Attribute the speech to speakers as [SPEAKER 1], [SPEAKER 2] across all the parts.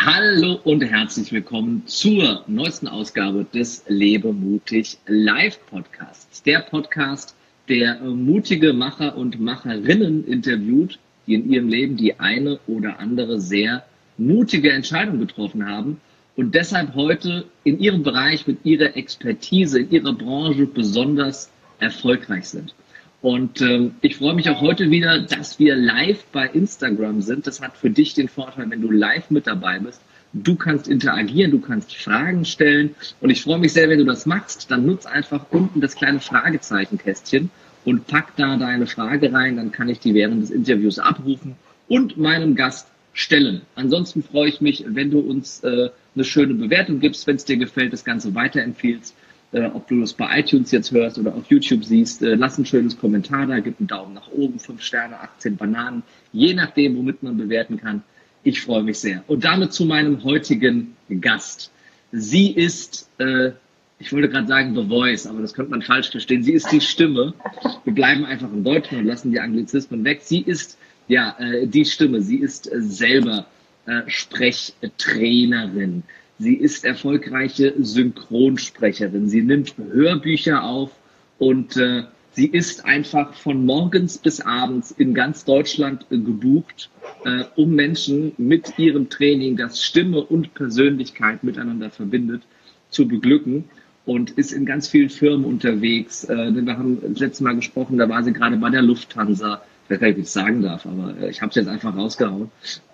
[SPEAKER 1] Hallo und herzlich willkommen zur neuesten Ausgabe des Lebe mutig Live Podcasts. Der Podcast, der mutige Macher und Macherinnen interviewt, die in ihrem Leben die eine oder andere sehr mutige Entscheidung getroffen haben und deshalb heute in ihrem Bereich mit ihrer Expertise, in ihrer Branche besonders erfolgreich sind. Und ich freue mich auch heute wieder, dass wir live bei Instagram sind. Das hat für dich den Vorteil, wenn du live mit dabei bist. Du kannst interagieren, du kannst Fragen stellen. Und ich freue mich sehr, wenn du das machst. Dann nutz einfach unten das kleine Fragezeichenkästchen und pack da deine Frage rein. Dann kann ich die während des Interviews abrufen und meinem Gast stellen. Ansonsten freue ich mich, wenn du uns eine schöne Bewertung gibst, wenn es dir gefällt, das Ganze weiterempfiehlst. Ob du das bei iTunes jetzt hörst oder auf YouTube siehst, lass ein schönes Kommentar da, gib einen Daumen nach oben, 5 Sterne, 18 Bananen, je nachdem, womit man bewerten kann. Ich freue mich sehr. Und damit zu meinem heutigen Gast. Sie ist, ich wollte gerade sagen The Voice, aber das könnte man falsch verstehen. Sie ist die Stimme. Wir bleiben einfach im Deutschen und lassen die Anglizismen weg. Sie ist, die Stimme. Sie ist selber Sprechtrainerin. Sie ist erfolgreiche Synchronsprecherin. Sie nimmt Hörbücher auf und sie ist einfach von morgens bis abends in ganz Deutschland gebucht, um Menschen mit ihrem Training, das Stimme und Persönlichkeit miteinander verbindet, zu beglücken und ist in ganz vielen Firmen unterwegs. Wir haben das letzte Mal gesprochen, da war sie gerade bei der Lufthansa. Ich weiß gar nicht, wie ich es sagen darf, aber ich habe es jetzt einfach rausgehauen.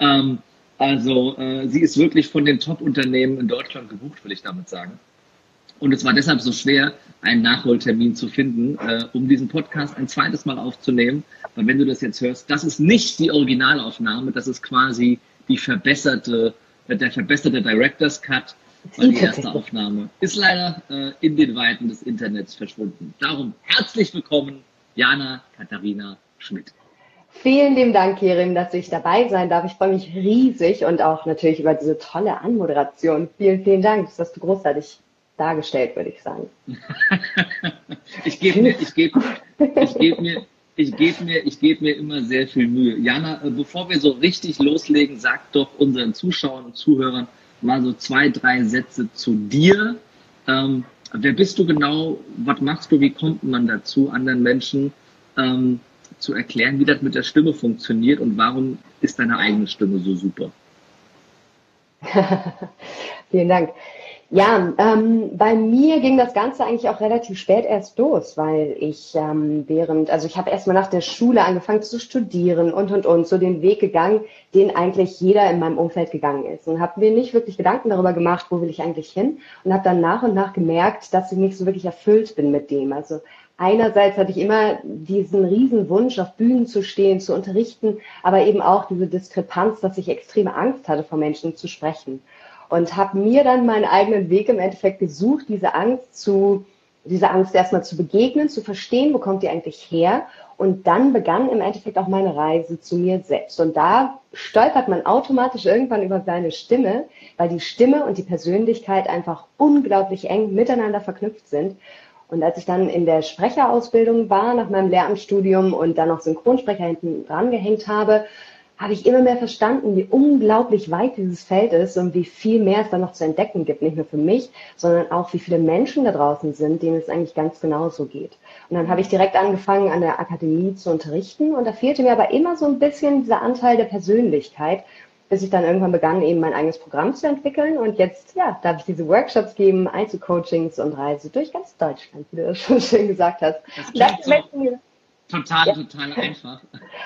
[SPEAKER 1] Sie ist wirklich von den Top-Unternehmen in Deutschland gebucht, will ich damit sagen. Und es war deshalb so schwer, einen Nachholtermin zu finden, um diesen Podcast ein zweites Mal aufzunehmen. Weil wenn du das jetzt hörst, das ist nicht die Originalaufnahme, das ist quasi der verbesserte Director's Cut. Weil die erste Aufnahme ist leider in den Weiten des Internets verschwunden. Darum herzlich willkommen, Jana Katharina Schmidt.
[SPEAKER 2] Vielen lieben Dank, Kerim, dass ich dabei sein darf. Ich freue mich riesig und auch natürlich über diese tolle Anmoderation. Vielen, vielen Dank. Das hast du großartig dargestellt, würde ich sagen.
[SPEAKER 1] Ich gebe mir immer sehr viel Mühe. Jana, bevor wir so richtig loslegen, sag doch unseren Zuschauern und Zuhörern mal so 2, 3 Sätze zu dir. Wer bist du genau? Was machst du? Wie kommt man dazu, anderen Menschen zu erklären, wie das mit der Stimme funktioniert und warum ist deine eigene Stimme so super?
[SPEAKER 2] Vielen Dank. Ja, bei mir ging das Ganze eigentlich auch relativ spät erst los, weil ich ich habe erstmal nach der Schule angefangen zu studieren und so den Weg gegangen, den eigentlich jeder in meinem Umfeld gegangen ist und habe mir nicht wirklich Gedanken darüber gemacht, wo will ich eigentlich hin und habe dann nach und nach gemerkt, dass ich nicht so wirklich erfüllt bin mit dem. Also einerseits hatte ich immer diesen riesen Wunsch, auf Bühnen zu stehen, zu unterrichten, aber eben auch diese Diskrepanz, dass ich extreme Angst hatte, vor Menschen zu sprechen. Und habe mir dann meinen eigenen Weg im Endeffekt gesucht, dieser Angst erstmal zu begegnen, zu verstehen, wo kommt die eigentlich her? Und dann begann im Endeffekt auch meine Reise zu mir selbst. Und da stolpert man automatisch irgendwann über seine Stimme, weil die Stimme und die Persönlichkeit einfach unglaublich eng miteinander verknüpft sind. Und als ich dann in der Sprecherausbildung war, nach meinem Lehramtsstudium und dann noch Synchronsprecher hinten dran gehängt habe, habe ich immer mehr verstanden, wie unglaublich weit dieses Feld ist und wie viel mehr es da noch zu entdecken gibt. Nicht nur für mich, sondern auch wie viele Menschen da draußen sind, denen es eigentlich ganz genauso geht. Und dann habe ich direkt angefangen, an der Akademie zu unterrichten. Und da fehlte mir aber immer so ein bisschen dieser Anteil der Persönlichkeit, bis ich dann irgendwann begann, eben mein eigenes Programm zu entwickeln. Und jetzt, darf ich diese Workshops geben, Einzelcoachings und reise durch ganz Deutschland, wie du das schon schön gesagt hast.
[SPEAKER 1] Das klingt so total einfach.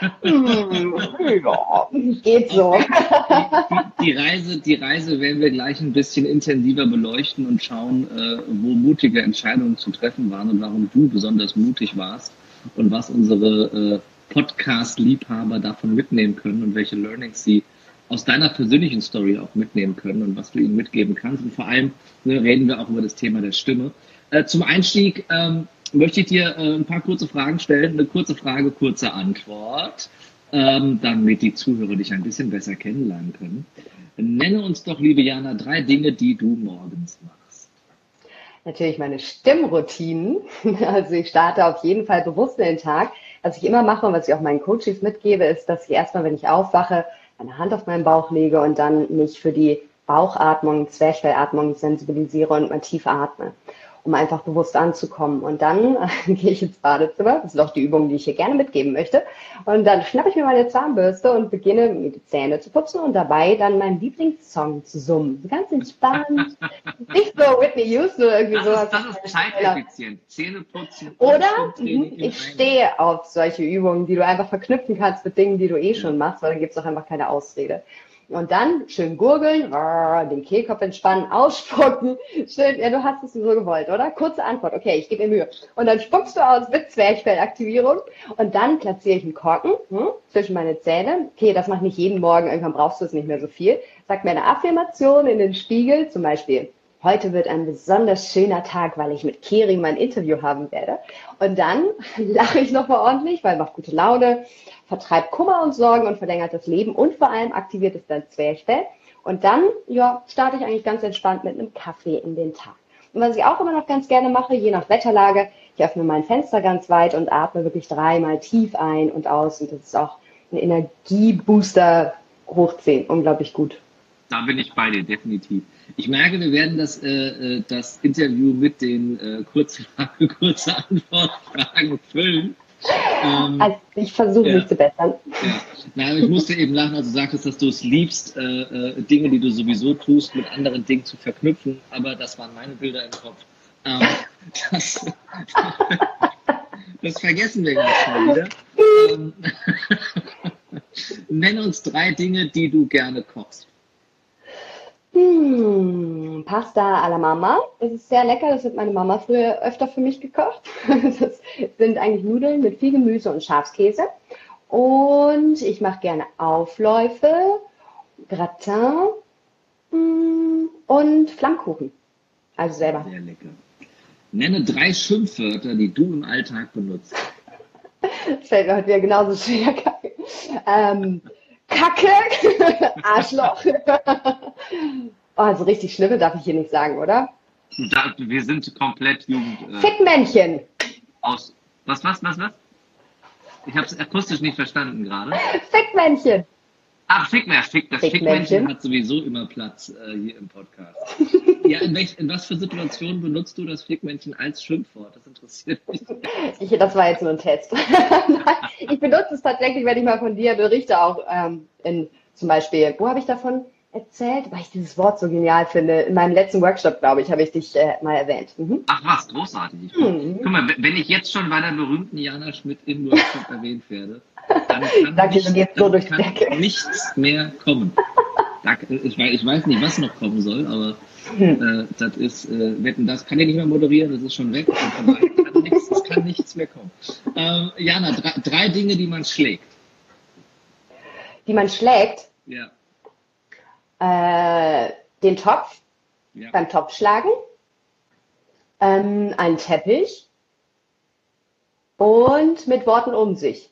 [SPEAKER 2] Ja, geht so.
[SPEAKER 1] Die Reise werden wir gleich ein bisschen intensiver beleuchten und schauen, wo mutige Entscheidungen zu treffen waren und warum du besonders mutig warst und was unsere Podcast-Liebhaber davon mitnehmen können und welche Learnings sie aus deiner persönlichen Story auch mitnehmen können und was du ihnen mitgeben kannst. Und vor allem reden wir auch über das Thema der Stimme. Zum Einstieg möchte ich dir ein paar kurze Fragen stellen. Eine kurze Frage, kurze Antwort, damit die Zuhörer dich ein bisschen besser kennenlernen können. Nenne uns doch, liebe Jana, 3 Dinge, die du morgens machst.
[SPEAKER 2] Natürlich meine Stimmroutinen. Also ich starte auf jeden Fall bewusst in den Tag. Was ich immer mache und was ich auch meinen Coaches mitgebe, ist, dass ich erstmal, wenn ich aufwache, meine Hand auf meinen Bauch lege und dann mich für die Bauchatmung, Zwerchfellatmung sensibilisiere und mal tief atme, um einfach bewusst anzukommen. Und dann gehe ich ins Badezimmer, das ist auch die Übung, die ich hier gerne mitgeben möchte, und dann schnappe ich mir meine Zahnbürste und beginne, mir die Zähne zu putzen und dabei dann meinen Lieblingssong zu summen. Ganz entspannt. Nicht so Whitney Houston oder irgendwie sowas.
[SPEAKER 1] Das ist zeiteffizient. Zähne putzen.
[SPEAKER 2] Oder ich stehe auf solche Übungen, die du einfach verknüpfen kannst mit Dingen, die du schon machst, weil dann gibt es auch einfach keine Ausrede. Und dann schön gurgeln, den Kehlkopf entspannen, ausspucken. Schön, ja, du hast es so gewollt, oder? Kurze Antwort, okay, ich gebe mir Mühe. Und dann spuckst du aus mit Zwerchfellaktivierung und dann platziere ich einen Korken zwischen meine Zähne. Okay, das mache ich nicht jeden Morgen, irgendwann brauchst du es nicht mehr so viel. Sag mir eine Affirmation in den Spiegel, zum Beispiel: Heute wird ein besonders schöner Tag, weil ich mit Keri mein Interview haben werde. Und dann lache ich nochmal ordentlich, weil macht gute Laune, vertreibt Kummer und Sorgen und verlängert das Leben und vor allem aktiviert es dein Zwerchfell. Und dann, starte ich eigentlich ganz entspannt mit einem Kaffee in den Tag. Und was ich auch immer noch ganz gerne mache, je nach Wetterlage, ich öffne mein Fenster ganz weit und atme wirklich 3-mal tief ein und aus. Und das ist auch ein Energiebooster hoch 10. Unglaublich gut.
[SPEAKER 1] Da bin ich bei dir, definitiv. Ich merke, wir werden das Interview mit den kurze Antwortfragen füllen.
[SPEAKER 2] Also ich versuche mich zu bessern.
[SPEAKER 1] Ja. Nein, ich musste eben lachen, als du sagtest, dass du es liebst, Dinge, die du sowieso tust, mit anderen Dingen zu verknüpfen. Aber das waren meine Bilder im Kopf. Das vergessen wir ganz schnell wieder. Nenn uns 3 Dinge, die du gerne kochst.
[SPEAKER 2] Pasta alla Mama. Das ist sehr lecker. Das hat meine Mama früher öfter für mich gekocht. Das sind eigentlich Nudeln mit viel Gemüse und Schafskäse. Und ich mache gerne Aufläufe, Gratin und Flammkuchen. Also selber.
[SPEAKER 1] Sehr lecker. Nenne 3 Schimpfwörter, die du im Alltag benutzt.
[SPEAKER 2] Das fällt mir heute wieder genauso schwer. Kacke, Arschloch. Oh, also richtig Schlimme darf ich hier nicht sagen, oder?
[SPEAKER 1] Wir sind komplett Jugend.
[SPEAKER 2] Fickmännchen.
[SPEAKER 1] Was? Ich habe es akustisch nicht verstanden gerade.
[SPEAKER 2] Fickmännchen.
[SPEAKER 1] Ach, Fickmännchen. Das Fickmännchen hat sowieso immer Platz hier im Podcast. Ja, in was für Situationen benutzt du das Fickmännchen als Schimpfwort? Das interessiert mich.
[SPEAKER 2] Das war jetzt nur ein Test. Ich benutze es tatsächlich, wenn ich mal von dir berichte, auch zum Beispiel, wo habe ich davon erzählt? Weil ich dieses Wort so genial finde. In meinem letzten Workshop, glaube ich, habe ich dich mal erwähnt.
[SPEAKER 1] Ach was, großartig. Guck mal, wenn ich jetzt schon bei der berühmten Jana Schmidt im Workshop erwähnt werde, dann kann nichts mehr kommen. Ich weiß nicht, was noch kommen soll, aber das ist, das kann ich nicht mehr moderieren, das ist schon weg. Es kann nichts mehr kommen. Jana, 3 Dinge, die man schlägt.
[SPEAKER 2] Die man schlägt?
[SPEAKER 1] Ja.
[SPEAKER 2] Den Topf, beim Topfschlagen, einen Teppich und mit Worten um sich.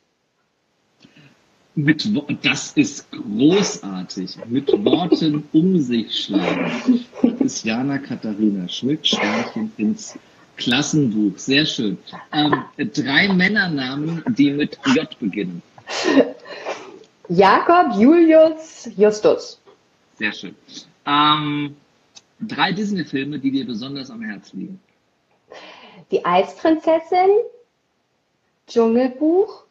[SPEAKER 1] Das ist großartig. Mit Worten um sich schlagen. Das ist Jana Katharina Schmidt, Sternchen ins Klassenbuch. Sehr schön. 3 Männernamen, die mit J beginnen.
[SPEAKER 2] Jakob, Julius, Justus.
[SPEAKER 1] Sehr schön. 3 Disney-Filme, die dir besonders am Herzen liegen.
[SPEAKER 2] Die Eisprinzessin, Dschungelbuch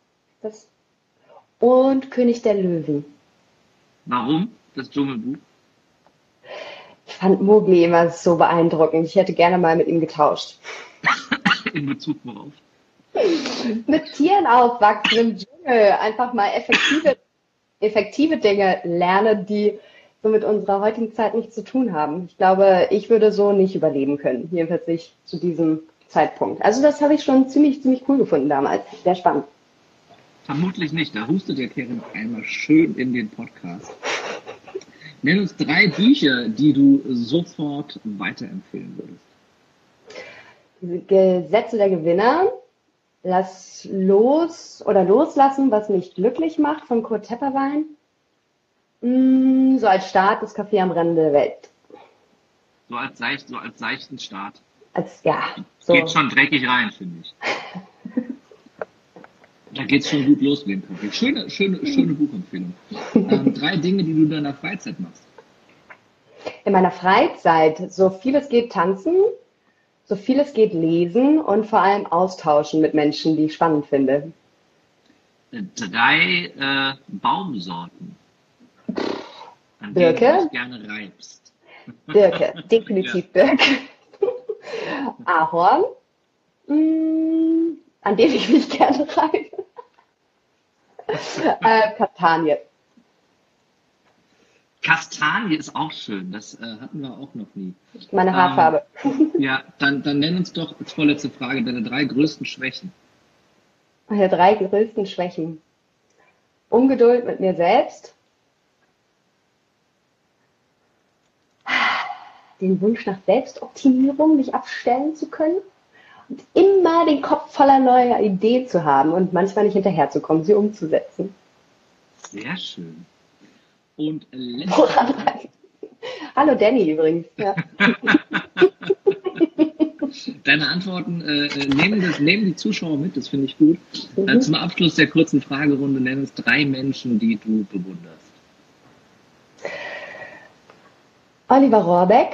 [SPEAKER 2] und König der Löwen.
[SPEAKER 1] Warum das Dschungelbuch?
[SPEAKER 2] Ich fand Mowgli immer so beeindruckend. Ich hätte gerne mal mit ihm getauscht.
[SPEAKER 1] In Bezug worauf?
[SPEAKER 2] Mit Tieren aufwachsen im Dschungel. Einfach mal effektive Dinge lernen, die so mit unserer heutigen Zeit nichts zu tun haben. Ich glaube, ich würde so nicht überleben können. Jedenfalls nicht zu diesem Zeitpunkt. Also das habe ich schon ziemlich cool gefunden damals. Sehr spannend.
[SPEAKER 1] Vermutlich nicht. Da hustet der Karen einmal schön in den Podcast. Nenn uns 3 Bücher, die du sofort weiterempfehlen würdest.
[SPEAKER 2] Gesetze der Gewinner. Lass los oder loslassen, was mich glücklich macht, von Kurt Tepperwein. So als Start, das Café am Rande der Welt.
[SPEAKER 1] So als seichten Start.
[SPEAKER 2] So.
[SPEAKER 1] Geht schon dreckig rein, finde ich. Da geht's schon gut los mit dem Café. Schöne Buchempfehlung. 3 Dinge, die du in deiner Freizeit machst.
[SPEAKER 2] In meiner Freizeit so viel es geht tanzen, so viel es geht lesen und vor allem austauschen mit Menschen, die ich spannend finde.
[SPEAKER 1] 3 Baumsorten, an denen du
[SPEAKER 2] Birke,
[SPEAKER 1] dich gerne reibst.
[SPEAKER 2] Birke,
[SPEAKER 1] Ja.
[SPEAKER 2] definitiv Birke. Ahorn, an dem ich mich gerne reibe. Kastanie.
[SPEAKER 1] Kastanie ist auch schön, das hatten wir auch noch nie.
[SPEAKER 2] Meine
[SPEAKER 1] Ähm,
[SPEAKER 2] Haarfarbe.
[SPEAKER 1] ja, dann nenn uns doch als vorletzte Frage deine 3 größten Schwächen.
[SPEAKER 2] Meine 3 größten Schwächen. Ungeduld mit mir selbst, den Wunsch nach Selbstoptimierung, mich abstellen zu können und immer den Kopf voller neuer Ideen zu haben und manchmal nicht hinterherzukommen, sie umzusetzen.
[SPEAKER 1] Sehr schön. Und letzte
[SPEAKER 2] Woran
[SPEAKER 1] Frage.
[SPEAKER 2] rein? Hallo Danny übrigens. Ja.
[SPEAKER 1] Deine Antworten nehmen die Zuschauer mit, das finde ich gut.
[SPEAKER 2] Mhm.
[SPEAKER 1] Zum Abschluss der kurzen Fragerunde nenn uns 3 Menschen, die du bewunderst.
[SPEAKER 2] Oliver Rohrbeck,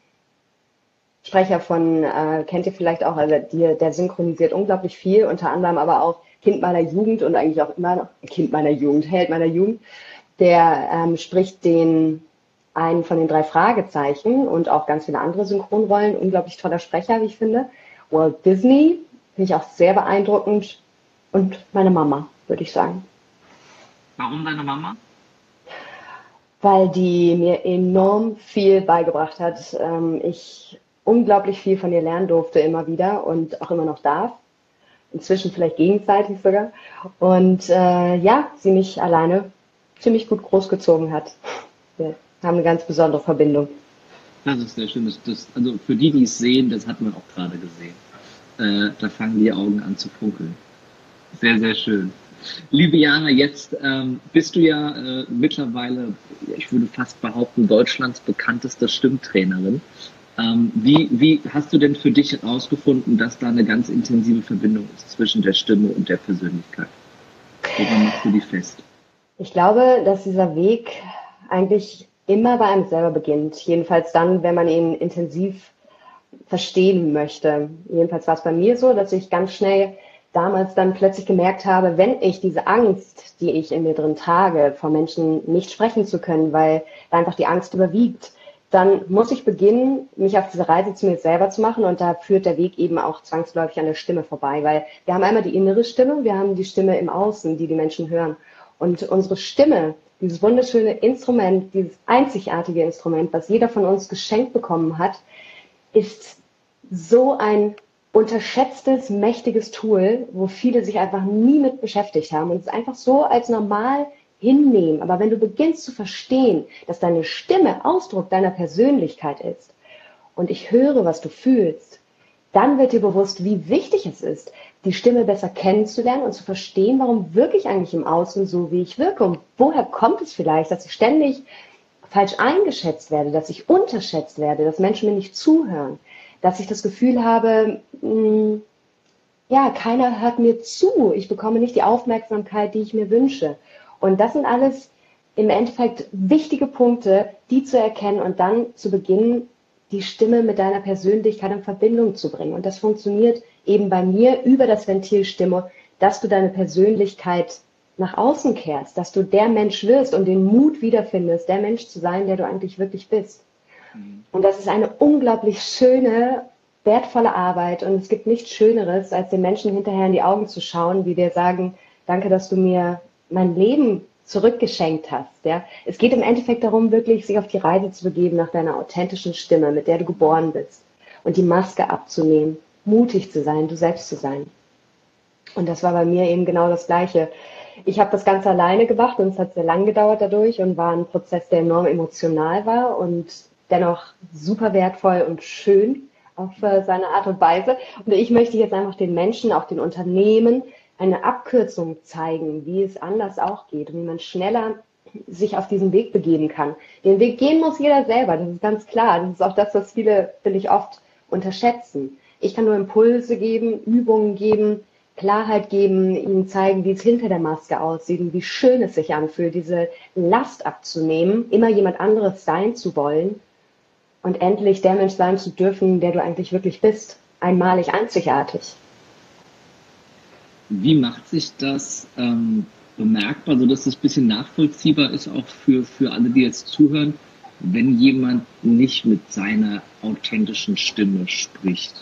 [SPEAKER 2] Sprecher von, kennt ihr vielleicht auch, also der synchronisiert unglaublich viel, unter anderem aber auch Kind meiner Jugend und eigentlich auch immer noch Kind meiner Jugend, Held meiner Jugend. Der spricht einen von den 3 Fragezeichen und auch ganz viele andere Synchronrollen. Unglaublich toller Sprecher, wie ich finde. Walt Disney finde ich auch sehr beeindruckend. Und meine Mama, würde ich sagen.
[SPEAKER 1] Warum deine Mama?
[SPEAKER 2] Weil die mir enorm viel beigebracht hat. Ich unglaublich viel von ihr lernen durfte immer wieder und auch immer noch darf. Inzwischen vielleicht gegenseitig sogar. Und ja, sie mich alleine ziemlich gut großgezogen hat. Wir haben eine ganz besondere Verbindung.
[SPEAKER 1] Das ist sehr schön. Also für die, die es sehen, das hat man auch gerade gesehen. Da fangen die Augen an zu funkeln. Sehr, sehr schön. Liebe Jana, jetzt bist du ja mittlerweile, ich würde fast behaupten, Deutschlands bekannteste Stimmtrainerin. Wie hast du denn für dich herausgefunden, dass da eine ganz intensive Verbindung ist zwischen der Stimme und der Persönlichkeit? Woran machst du die fest?
[SPEAKER 2] Ich glaube, dass dieser Weg eigentlich immer bei einem selber beginnt. Jedenfalls dann, wenn man ihn intensiv verstehen möchte. Jedenfalls war es bei mir so, dass ich ganz schnell damals dann plötzlich gemerkt habe, wenn ich diese Angst, die ich in mir drin trage, vor Menschen nicht sprechen zu können, weil da einfach die Angst überwiegt, dann muss ich beginnen, mich auf diese Reise zu mir selber zu machen und da führt der Weg eben auch zwangsläufig an der Stimme vorbei, weil wir haben einmal die innere Stimme, wir haben die Stimme im Außen, die die Menschen hören und unsere Stimme, dieses wunderschöne Instrument, dieses einzigartige Instrument, was jeder von uns geschenkt bekommen hat, ist so ein unterschätztes, mächtiges Tool, wo viele sich einfach nie mit beschäftigt haben und es einfach so als normal hinnehmen. Aber wenn du beginnst zu verstehen, dass deine Stimme Ausdruck deiner Persönlichkeit ist und ich höre, was du fühlst, dann wird dir bewusst, wie wichtig es ist, die Stimme besser kennenzulernen und zu verstehen, warum wirke ich eigentlich im Außen so, wie ich wirke und woher kommt es vielleicht, dass ich ständig falsch eingeschätzt werde, dass ich unterschätzt werde, dass Menschen mir nicht zuhören, dass ich das Gefühl habe, ja, keiner hört mir zu, ich bekomme nicht die Aufmerksamkeit, die ich mir wünsche. Und das sind alles im Endeffekt wichtige Punkte, die zu erkennen und dann zu beginnen, die Stimme mit deiner Persönlichkeit in Verbindung zu bringen. Und das funktioniert eben bei mir über das Ventil Stimme, dass du deine Persönlichkeit nach außen kehrst, dass du der Mensch wirst und den Mut wiederfindest, der Mensch zu sein, der du eigentlich wirklich bist. Und das ist eine unglaublich schöne, wertvolle Arbeit und es gibt nichts Schöneres, als den Menschen hinterher in die Augen zu schauen, die dir sagen, danke, dass du mir mein Leben zurückgeschenkt hast. Ja? Es geht im Endeffekt darum, wirklich sich auf die Reise zu begeben nach deiner authentischen Stimme, mit der du geboren bist und die Maske abzunehmen, mutig zu sein, du selbst zu sein. Und das war bei mir eben genau das Gleiche. Ich habe das Ganze alleine gemacht und es hat sehr lang gedauert dadurch und war ein Prozess, der enorm emotional war und dennoch super wertvoll und schön auf seine Art und Weise. Und ich möchte jetzt einfach den Menschen, auch den Unternehmen, eine Abkürzung zeigen, wie es anders auch geht und wie man schneller sich auf diesen Weg begeben kann. Den Weg gehen muss jeder selber, das ist ganz klar. Das ist auch das, was viele, finde ich, oft unterschätzen. Ich kann nur Impulse geben, Übungen geben, Klarheit geben, ihnen zeigen, wie es hinter der Maske aussieht und wie schön es sich anfühlt, diese Last abzunehmen, immer jemand anderes sein zu wollen und endlich der Mensch sein zu dürfen, der du eigentlich wirklich bist. Einmalig, einzigartig.
[SPEAKER 1] Wie macht sich das bemerkbar, sodass es ein bisschen nachvollziehbar ist, auch für alle, die jetzt zuhören, wenn jemand nicht mit seiner authentischen Stimme spricht?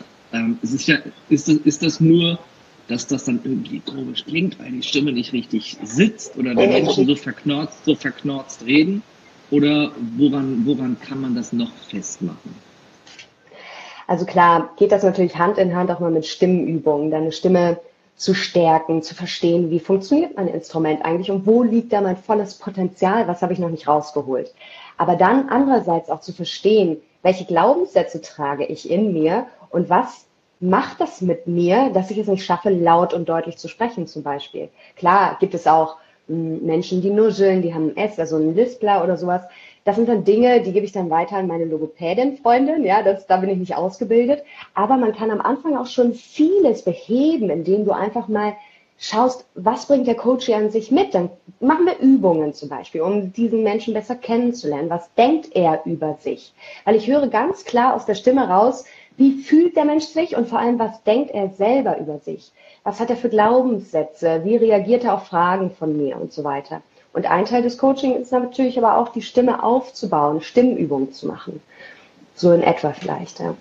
[SPEAKER 1] Ist das nur, dass das dann irgendwie komisch klingt, weil die Stimme nicht richtig sitzt oder wenn Menschen so verknorzt reden? Oder woran kann man das noch festmachen?
[SPEAKER 2] Also klar, geht das natürlich Hand in Hand auch mal mit Stimmenübungen, deine Stimme zu stärken, zu verstehen, wie funktioniert mein Instrument eigentlich und wo liegt da mein volles Potenzial, was habe ich noch nicht rausgeholt. Aber dann andererseits auch zu verstehen, welche Glaubenssätze trage ich in mir und was macht das mit mir, dass ich es nicht schaffe, laut und deutlich zu sprechen zum Beispiel. Klar gibt es auch Menschen, die nuscheln, die haben ein S, also einen Lispler oder sowas. Das sind dann Dinge, die gebe ich dann weiter an meine Logopädin-Freundin, ja, da bin ich nicht ausgebildet. Aber man kann am Anfang auch schon vieles beheben, indem du einfach mal schaust, was bringt der Coach hier an sich mit? Dann machen wir Übungen zum Beispiel, um diesen Menschen besser kennenzulernen. Was denkt er über sich? Weil ich höre ganz klar aus der Stimme raus, wie fühlt der Mensch sich und vor allem, was denkt er selber über sich? Was hat er für Glaubenssätze? Wie reagiert er auf Fragen von mir und so weiter? Und ein Teil des Coaching ist natürlich aber auch, die Stimme aufzubauen, Stimmübungen zu machen. So in etwa vielleicht, ja.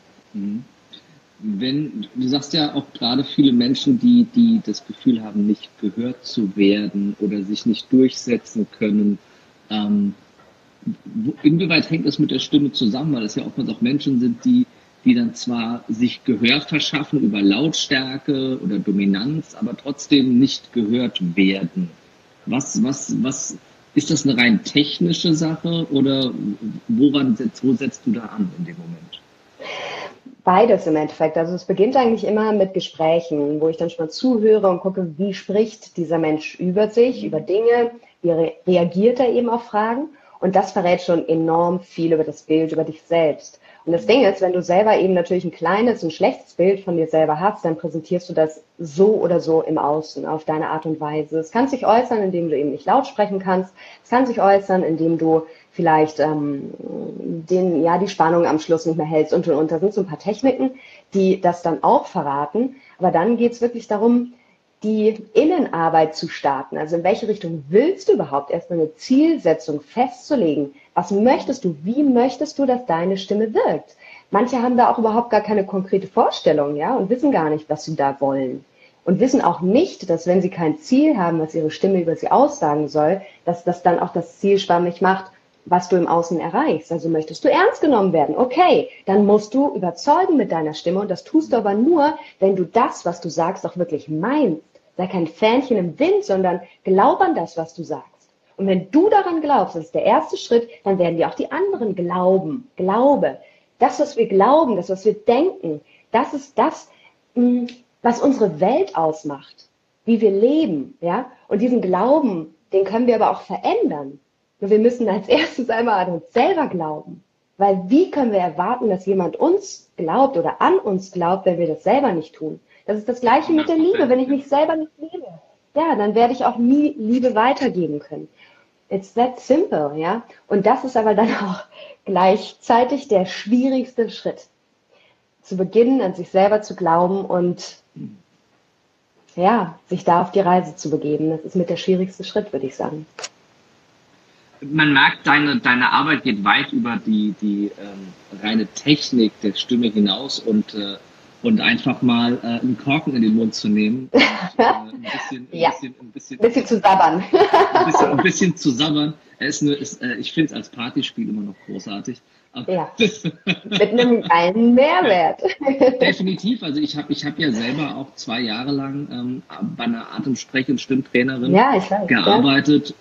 [SPEAKER 1] Du sagst ja auch gerade viele Menschen, die das Gefühl haben, nicht gehört zu werden oder sich nicht durchsetzen können. Inwieweit hängt das mit der Stimme zusammen? Weil es ja oftmals auch Menschen sind, die dann zwar sich Gehör verschaffen über Lautstärke oder Dominanz, aber trotzdem nicht gehört werden. Was ist das eine rein technische Sache oder wo setzt du da an in dem Moment?
[SPEAKER 2] Beides im Endeffekt. Also es beginnt eigentlich immer mit Gesprächen, wo ich dann schon mal zuhöre und gucke, wie spricht dieser Mensch über sich, über Dinge, wie reagiert er eben auf Fragen. Und das verrät schon enorm viel über das Bild, über dich selbst. Und das Ding ist, wenn du selber eben natürlich ein kleines und schlechtes Bild von dir selber hast, dann präsentierst du das so oder so im Außen, auf deine Art und Weise. Es kann sich äußern, indem du eben nicht laut sprechen kannst. Es kann sich äußern, indem du vielleicht die Spannung am Schluss nicht mehr hältst und. Da sind so ein paar Techniken, die das dann auch verraten. Aber dann geht es wirklich darum, die Innenarbeit zu starten. Also in welche Richtung willst du überhaupt erstmal eine Zielsetzung festzulegen? Was möchtest du? Wie möchtest du, dass deine Stimme wirkt? Manche haben da auch überhaupt gar keine konkrete Vorstellung, ja, und wissen gar nicht, was sie da wollen. Und wissen auch nicht, dass wenn sie kein Ziel haben, was ihre Stimme über sie aussagen soll, dass das dann auch das Ziel schwammig macht, was du im Außen erreichst. Also möchtest du ernst genommen werden? Okay, dann musst du überzeugen mit deiner Stimme und das tust du aber nur, wenn du das, was du sagst, auch wirklich meinst. Sei kein Fähnchen im Wind, sondern glaub an das, was du sagst. Und wenn du daran glaubst, das ist der erste Schritt, dann werden dir auch die anderen glauben. Glaube. Das, was wir glauben, das, was wir denken, das ist das, was unsere Welt ausmacht. Wie wir leben, ja? Und diesen Glauben, den können wir aber auch verändern. Nur wir müssen als erstes einmal an uns selber glauben. Weil wie können wir erwarten, dass jemand uns glaubt oder an uns glaubt, wenn wir das selber nicht tun? Das ist das Gleiche mit der Liebe. Wenn ich mich selber nicht liebe, ja, dann werde ich auch nie Liebe weitergeben können. It's that simple, ja. Und das ist aber dann auch gleichzeitig der schwierigste Schritt. Zu beginnen, an sich selber zu glauben und ja, sich da auf die Reise zu begeben. Das ist mit der schwierigste Schritt, würde ich sagen.
[SPEAKER 1] Man merkt, deine Arbeit geht weit über die reine Technik der Stimme hinaus und einfach mal einen Korken in den Mund zu nehmen und ein bisschen
[SPEAKER 2] zu sabbern.
[SPEAKER 1] ein bisschen zu sabbern. Ich finde es als Partyspiel immer noch großartig.
[SPEAKER 2] Ja, mit einem geilen Mehrwert.
[SPEAKER 1] Definitiv. Also ich hab ja selber auch 2 Jahre lang bei einer Atemsprech- und Stimmtrainerin gearbeitet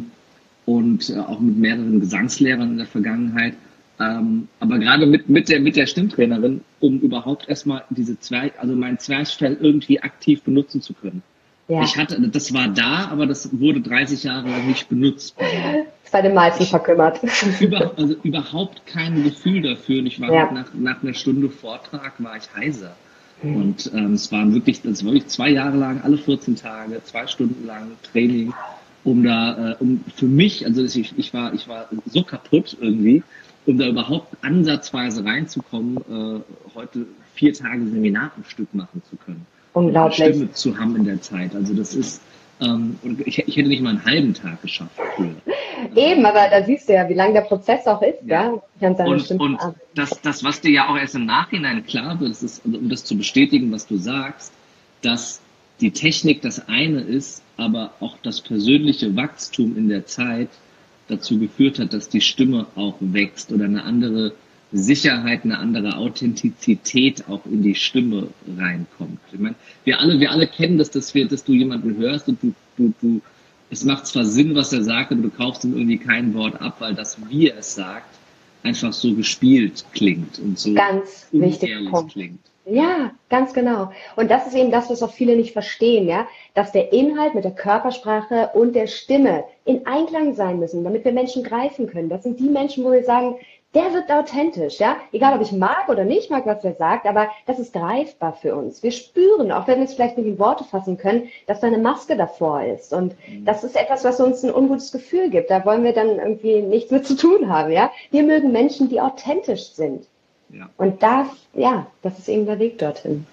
[SPEAKER 1] und auch mit mehreren Gesangslehrern in der Vergangenheit. Aber gerade mit der Stimmtrainerin, um überhaupt erstmal mein Zwerchfell irgendwie aktiv benutzen zu können. Ja. Das war da, aber das wurde 30 Jahre lang nicht benutzt.
[SPEAKER 2] Ist bei den meisten verkümmert.
[SPEAKER 1] Überhaupt kein Gefühl dafür. Und ich war nach einer Stunde Vortrag war ich heiser. Und es waren wirklich 2 Jahre lang, alle 14 Tage, 2 Stunden lang Training, um für mich, also ich war so kaputt irgendwie. um da überhaupt ansatzweise reinzukommen, heute 4 Tage Seminar am Stück machen zu können.
[SPEAKER 2] Unglaublich.
[SPEAKER 1] Und eine Stimme zu haben in der Zeit. Also das ist, ich hätte nicht mal einen halben Tag geschafft früher.
[SPEAKER 2] Eben, aber da siehst du ja, wie lang der Prozess auch ist, ja.
[SPEAKER 1] Und das, was dir ja auch erst im Nachhinein klar wird, ist, um das zu bestätigen, was du sagst, dass die Technik das eine ist, aber auch das persönliche Wachstum in der Zeit dazu geführt hat, dass die Stimme auch wächst oder eine andere Sicherheit, eine andere Authentizität auch in die Stimme reinkommt. Ich meine, wir alle kennen das, dass du jemanden hörst und du es macht zwar Sinn, was er sagt, aber du kaufst ihm irgendwie kein Wort ab, weil das, wie er es sagt, einfach so gespielt klingt und so
[SPEAKER 2] ganz
[SPEAKER 1] unehrlich klingt.
[SPEAKER 2] Ja, ganz genau. Und das ist eben das, was auch viele nicht verstehen, ja, dass der Inhalt mit der Körpersprache und der Stimme in Einklang sein müssen, damit wir Menschen greifen können. Das sind die Menschen, wo wir sagen, der wird authentisch, ja. Egal, ob ich mag oder nicht mag, was er sagt, aber das ist greifbar für uns. Wir spüren, auch wenn wir es vielleicht nicht in Worte fassen können, dass da eine Maske davor ist. Und das ist etwas, was uns ein ungutes Gefühl gibt. Da wollen wir dann irgendwie nichts mit zu tun haben, ja. Wir mögen Menschen, die authentisch sind. Ja. Und das ist eben der Weg dorthin.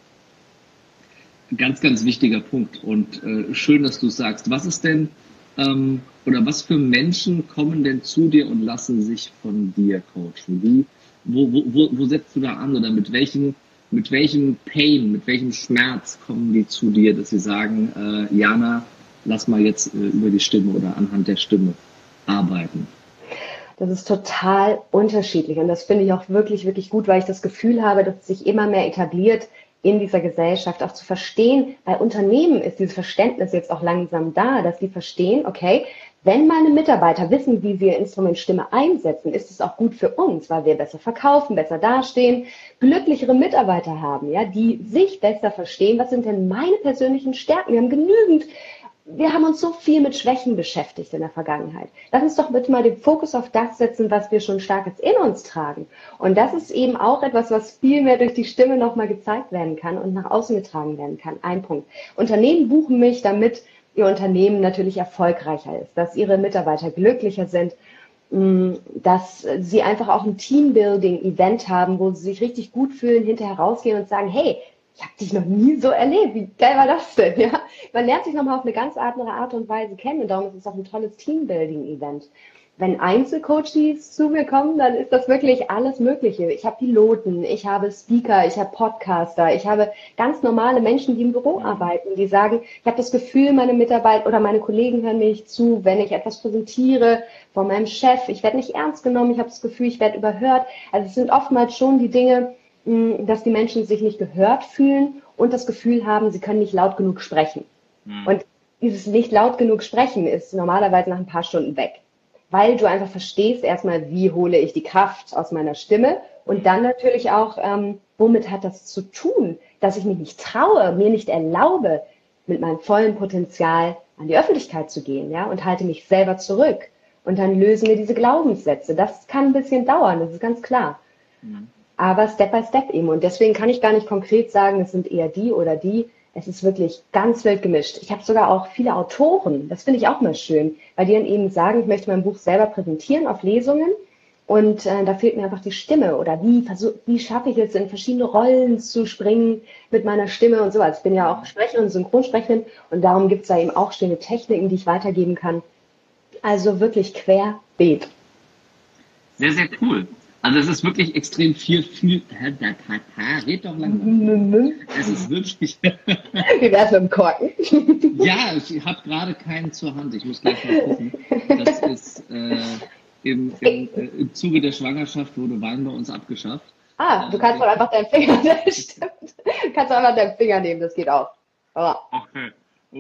[SPEAKER 1] Ganz, ganz wichtiger Punkt. Und schön, dass du es sagst. Was ist denn, oder was für Menschen kommen denn zu dir und lassen sich von dir coachen? Wo setzt du da an? Oder mit welchem Pain, mit welchem Schmerz kommen die zu dir, dass sie sagen, Jana, lass mal jetzt über die Stimme oder anhand der Stimme arbeiten?
[SPEAKER 2] Das ist total unterschiedlich und das finde ich auch wirklich, wirklich gut, weil ich das Gefühl habe, dass es sich immer mehr etabliert in dieser Gesellschaft, auch zu verstehen, bei Unternehmen ist dieses Verständnis jetzt auch langsam da, dass die verstehen, okay, wenn meine Mitarbeiter wissen, wie sie ihr Instrument Stimme einsetzen, ist es auch gut für uns, weil wir besser verkaufen, besser dastehen, glücklichere Mitarbeiter haben, ja, die sich besser verstehen, was sind denn meine persönlichen Stärken, wir haben uns so viel mit Schwächen beschäftigt in der Vergangenheit. Lass uns doch bitte mal den Fokus auf das setzen, was wir schon starkes in uns tragen. Und das ist eben auch etwas, was viel mehr durch die Stimme nochmal gezeigt werden kann und nach außen getragen werden kann. Ein Punkt. Unternehmen buchen mich, damit ihr Unternehmen natürlich erfolgreicher ist, dass ihre Mitarbeiter glücklicher sind, dass sie einfach auch ein Teambuilding-Event haben, wo sie sich richtig gut fühlen, hinterher rausgehen und sagen, hey, ich habe dich noch nie so erlebt. Wie geil war das denn? Ja? Man lernt sich nochmal auf eine ganz andere Art und Weise kennen und darum ist es auch ein tolles Teambuilding-Event. Wenn Einzelcoaches zu mir kommen, dann ist das wirklich alles Mögliche. Ich habe Piloten, ich habe Speaker, ich habe Podcaster, ich habe ganz normale Menschen, die im Büro arbeiten, die sagen, ich habe das Gefühl, meine Mitarbeiter oder meine Kollegen hören mir nicht zu, wenn ich etwas präsentiere von meinem Chef. Ich werde nicht ernst genommen, ich habe das Gefühl, ich werde überhört. Also es sind oftmals schon die Dinge, dass die Menschen sich nicht gehört fühlen und das Gefühl haben, sie können nicht laut genug sprechen. Und dieses nicht laut genug sprechen ist normalerweise nach ein paar Stunden weg, weil du einfach verstehst erstmal, wie hole ich die Kraft aus meiner Stimme und dann natürlich auch, womit hat das zu tun, dass ich mich nicht traue, mir nicht erlaube, mit meinem vollen Potenzial an die Öffentlichkeit zu gehen, ja, und halte mich selber zurück. Und dann lösen wir diese Glaubenssätze. Das kann ein bisschen dauern, das ist ganz klar. Aber Step by Step eben. Und deswegen kann ich gar nicht konkret sagen, es sind eher die oder die. Es ist wirklich ganz wild gemischt. Ich habe sogar auch viele Autoren. Das finde ich auch mal schön, weil die dann eben sagen, ich möchte mein Buch selber präsentieren auf Lesungen. Und da fehlt mir einfach die Stimme. Oder wie schaffe ich es, in verschiedene Rollen zu springen mit meiner Stimme und so. Also ich bin ja auch Sprecherin und Synchronsprecherin. Und darum gibt es da eben auch schöne Techniken, die ich weitergeben kann. Also wirklich querbeet.
[SPEAKER 1] Sehr, sehr cool. Also es ist wirklich extrem viel, red doch langsam. Es ist wirklich...
[SPEAKER 2] Wie wär's mit dem Korken?
[SPEAKER 1] Ja, ich habe gerade keinen zur Hand. Ich muss gleich mal gucken. Das ist im Zuge der Schwangerschaft wurde Wein bei uns abgeschafft.
[SPEAKER 2] Du kannst doch einfach deinen Finger... Stimmt. Du kannst einfach deinen Finger nehmen, das geht auch. Aber
[SPEAKER 1] okay.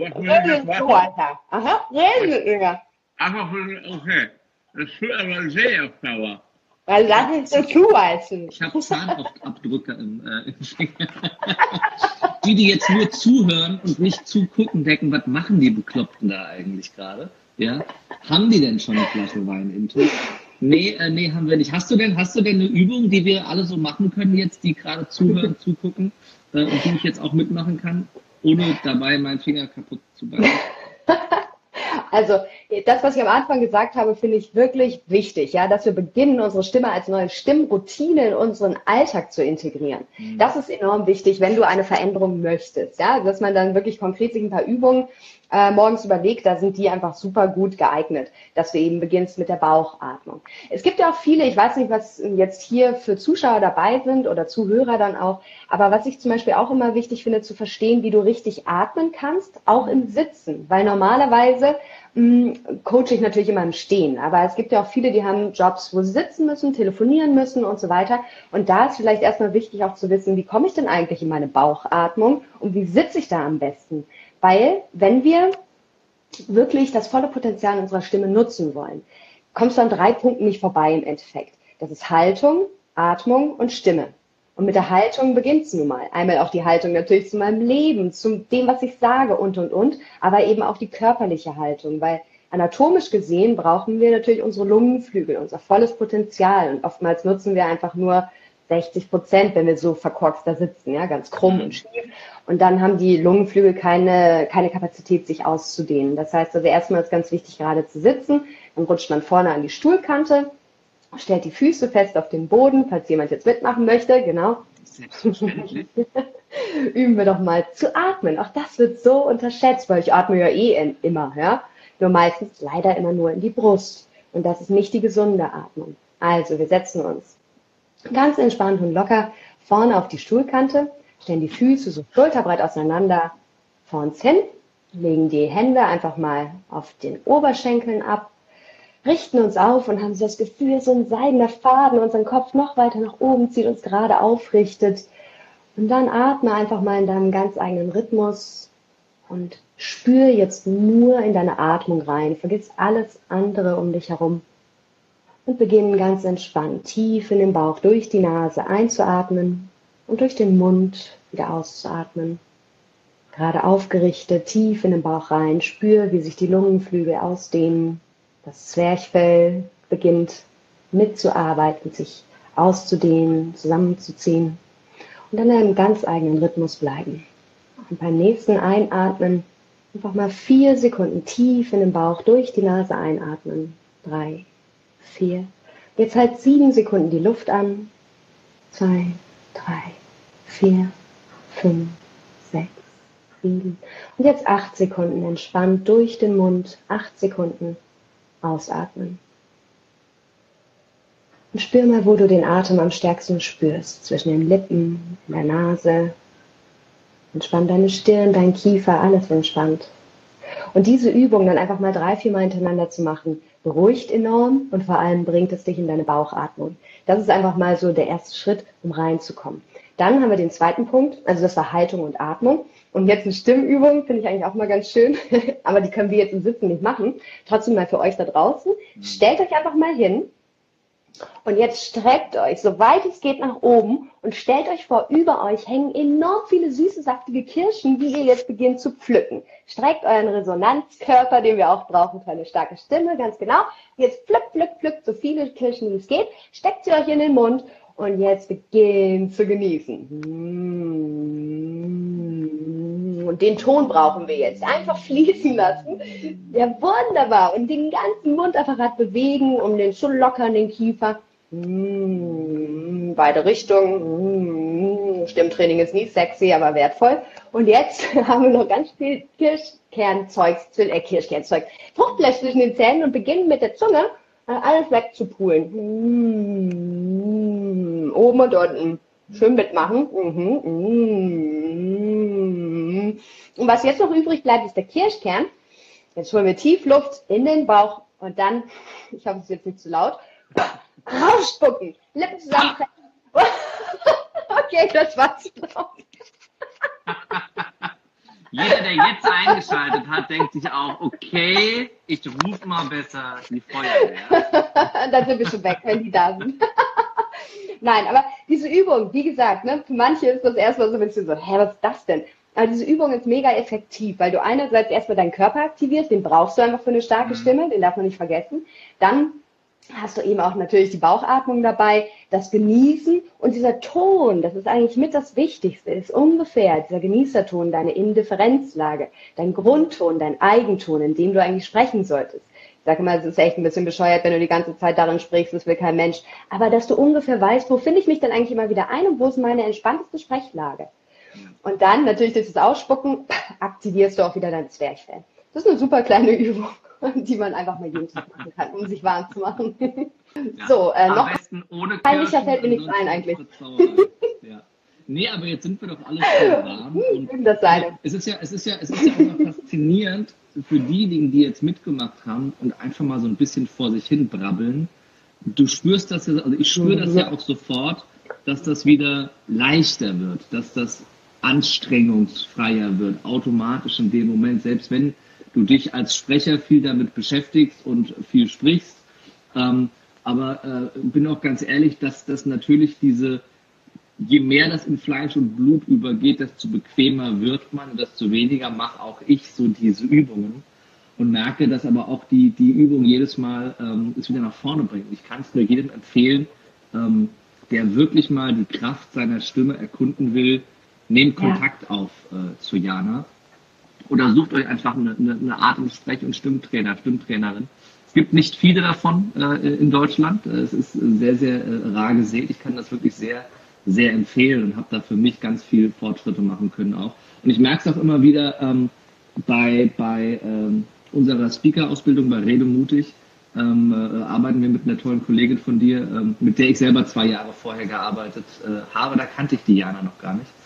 [SPEAKER 2] Aha, reden.
[SPEAKER 1] Okay. Das tut aber sehr auf Dauer.
[SPEAKER 2] Weil lass uns so zuweisen.
[SPEAKER 1] Ich habe Zahnabdrücke im Finger. Die jetzt nur zuhören und nicht zugucken, denken, was machen die Bekloppten da eigentlich gerade? Ja? Haben die denn schon eine Flasche Wein im Tee? Nee, haben wir nicht. Hast du denn eine Übung, die wir alle so machen können jetzt, die gerade zuhören, zugucken und die ich jetzt auch mitmachen kann, ohne dabei meinen Finger kaputt zu beißen?
[SPEAKER 2] Also Das, was ich am Anfang gesagt habe, finde ich wirklich wichtig, ja, dass wir beginnen, unsere Stimme als neue Stimmroutine in unseren Alltag zu integrieren. Das ist enorm wichtig, wenn du eine Veränderung möchtest, ja, dass man dann wirklich konkret sich ein paar Übungen morgens überlegt, da sind die einfach super gut geeignet, dass du eben beginnst mit der Bauchatmung. Es gibt ja auch viele, ich weiß nicht, was jetzt hier für Zuschauer dabei sind oder Zuhörer dann auch, aber was ich zum Beispiel auch immer wichtig finde, zu verstehen, wie du richtig atmen kannst, auch im Sitzen, weil normalerweise coache ich natürlich immer im Stehen, aber es gibt ja auch viele, die haben Jobs, wo sie sitzen müssen, telefonieren müssen und so weiter. Und da ist vielleicht erstmal wichtig auch zu wissen, wie komme ich denn eigentlich in meine Bauchatmung und wie sitze ich da am besten? Weil, wenn wir wirklich das volle Potenzial unserer Stimme nutzen wollen, kommst du an 3 Punkten nicht vorbei im Endeffekt. Das ist Haltung, Atmung und Stimme. Und mit der Haltung beginnt es nun mal. Einmal auch die Haltung natürlich zu meinem Leben, zu dem, was ich sage und, aber eben auch die körperliche Haltung, weil anatomisch gesehen brauchen wir natürlich unsere Lungenflügel, unser volles Potenzial. Und oftmals nutzen wir einfach nur 60%, wenn wir so verkorkst da sitzen, ja, ganz krumm und schief. Und dann haben die Lungenflügel keine Kapazität, sich auszudehnen. Das heißt also erstmal ist ganz wichtig, gerade zu sitzen. Dann rutscht man vorne an die Stuhlkante, stellt die Füße fest auf den Boden, falls jemand jetzt mitmachen möchte, genau.
[SPEAKER 1] Selbstverständlich.
[SPEAKER 2] Üben wir doch mal zu atmen. Auch das wird so unterschätzt, weil ich atme ja immer, ja. Nur meistens leider immer nur in die Brust. Und das ist nicht die gesunde Atmung. Also wir setzen uns ganz entspannt und locker vorne auf die Stuhlkante, stellen die Füße so schulterbreit auseinander vor uns hin, legen die Hände einfach mal auf den Oberschenkeln ab, richten uns auf und haben so das Gefühl, so ein seidener Faden unseren Kopf noch weiter nach oben zieht, uns gerade aufrichtet. Und dann atme einfach mal in deinem ganz eigenen Rhythmus und spür jetzt nur in deine Atmung rein. Vergiss alles andere um dich herum. Und beginnen ganz entspannt, tief in den Bauch durch die Nase einzuatmen und durch den Mund wieder auszuatmen. Gerade aufgerichtet, tief in den Bauch rein, spür, wie sich die Lungenflügel ausdehnen. Das Zwerchfell beginnt mitzuarbeiten, sich auszudehnen, zusammenzuziehen und dann in einem ganz eigenen Rhythmus bleiben. Und beim nächsten Einatmen einfach mal 4 Sekunden tief in den Bauch durch die Nase einatmen. 3, 4. Jetzt halt 7 Sekunden die Luft an. 2, 3, 4, 5, 6, 7. Und jetzt 8 Sekunden entspannt durch den Mund. 8 Sekunden ausatmen. Und spür mal, wo du den Atem am stärksten spürst. Zwischen den Lippen, in der Nase. Entspann deine Stirn, dein Kiefer, alles entspannt. Und diese Übung dann einfach mal 3, 4 Mal hintereinander zu machen, beruhigt enorm und vor allem bringt es dich in deine Bauchatmung. Das ist einfach mal so der erste Schritt, um reinzukommen. Dann haben wir den zweiten Punkt, also das war Haltung und Atmung. Und jetzt eine Stimmübung, finde ich eigentlich auch mal ganz schön, aber die können wir jetzt im Sitzen nicht machen. Trotzdem mal für euch da draußen. Stellt euch einfach mal hin und jetzt streckt euch, soweit es geht, nach oben und stellt euch vor, über euch hängen enorm viele süße, saftige Kirschen, die ihr jetzt beginnt zu pflücken. Streckt euren Resonanzkörper, den wir auch brauchen für eine starke Stimme, ganz genau. Jetzt pflückt so viele Kirschen, wie es geht, steckt sie euch in den Mund und jetzt beginnt zu genießen. Und den Ton brauchen wir jetzt. Einfach fließen lassen. Ja, wunderbar. Und den ganzen Mundapparat bewegen, um den zu lockern, den Kiefer. Beide Richtungen. Stimmtraining ist nie sexy, aber wertvoll. Und jetzt haben wir noch ganz viel Fruchtfleisch zwischen den Zähnen und beginnen mit der Zunge alles wegzupulen. Oben und unten. Schön mitmachen. Und was jetzt noch übrig bleibt, ist der Kirschkern. Jetzt holen wir tief Luft in den Bauch und dann, ich hoffe, es ist jetzt nicht zu laut, rausspucken, Lippen zusammenpressen. Okay, das war's.
[SPEAKER 1] Jeder, der jetzt eingeschaltet hat, denkt sich auch, okay, ich rufe mal besser die Feuerwehr.
[SPEAKER 2] Dann sind wir schon weg, wenn die da sind. Nein, aber diese Übung, wie gesagt, ne, für manche ist das erstmal so ein bisschen so, was ist das denn? Aber diese Übung ist mega effektiv, weil du einerseits erstmal deinen Körper aktivierst, den brauchst du einfach für eine starke Stimme, den darf man nicht vergessen. Dann hast du eben auch natürlich die Bauchatmung dabei, das Genießen und dieser Ton, das ist eigentlich mit das Wichtigste, ist ungefähr dieser Genießerton, deine Indifferenzlage, dein Grundton, dein Eigenton, in dem du eigentlich sprechen solltest. Ich sage immer, es ist echt ein bisschen bescheuert, wenn du die ganze Zeit darin sprichst, das will kein Mensch. Aber dass du ungefähr weißt, wo finde ich mich denn eigentlich immer wieder ein und wo ist meine entspannteste Sprechlage? Und dann natürlich durch das Ausspucken aktivierst du auch wieder dein Zwerchfell. Das ist eine super kleine Übung, die man einfach mal jeden Tag machen kann, um sich warm zu machen.
[SPEAKER 1] Ja,
[SPEAKER 2] so,
[SPEAKER 1] am
[SPEAKER 2] noch
[SPEAKER 1] besten ohne
[SPEAKER 2] peinlicher fällt mir nichts ein eigentlich.
[SPEAKER 1] Ja. Nee, aber jetzt sind wir doch alle schon warm. Und
[SPEAKER 2] das seine.
[SPEAKER 1] Es ist ja auch mal faszinierend für diejenigen, die jetzt mitgemacht haben und einfach mal so ein bisschen vor sich hin brabbeln. Du spürst das ja, also ich spüre das ja auch sofort, dass das wieder leichter wird, dass das anstrengungsfreier wird, automatisch in dem Moment, selbst wenn du dich als Sprecher viel damit beschäftigst und viel sprichst. Aber bin auch ganz ehrlich, dass das natürlich je mehr das in Fleisch und Blut übergeht, desto bequemer wird man, desto weniger mache auch ich so diese Übungen und merke, dass aber auch die Übung jedes Mal es wieder nach vorne bringt. Ich kann es nur jedem empfehlen, der wirklich mal die Kraft seiner Stimme erkunden will, nehmt Kontakt auf zu Jana oder sucht euch einfach eine Atem-, und Stimmtrainerin. Es gibt nicht viele davon in Deutschland. Es ist sehr, sehr rar gesät. Ich kann das wirklich sehr, sehr empfehlen und habe da für mich ganz viel Fortschritte machen können auch. Und ich merke es auch immer wieder bei unserer Speaker-Ausbildung bei Rede mutig. Arbeiten wir mit einer tollen Kollegin von dir, mit der ich selber 2 Jahre vorher gearbeitet habe. Da kannte ich die Jana noch gar nicht.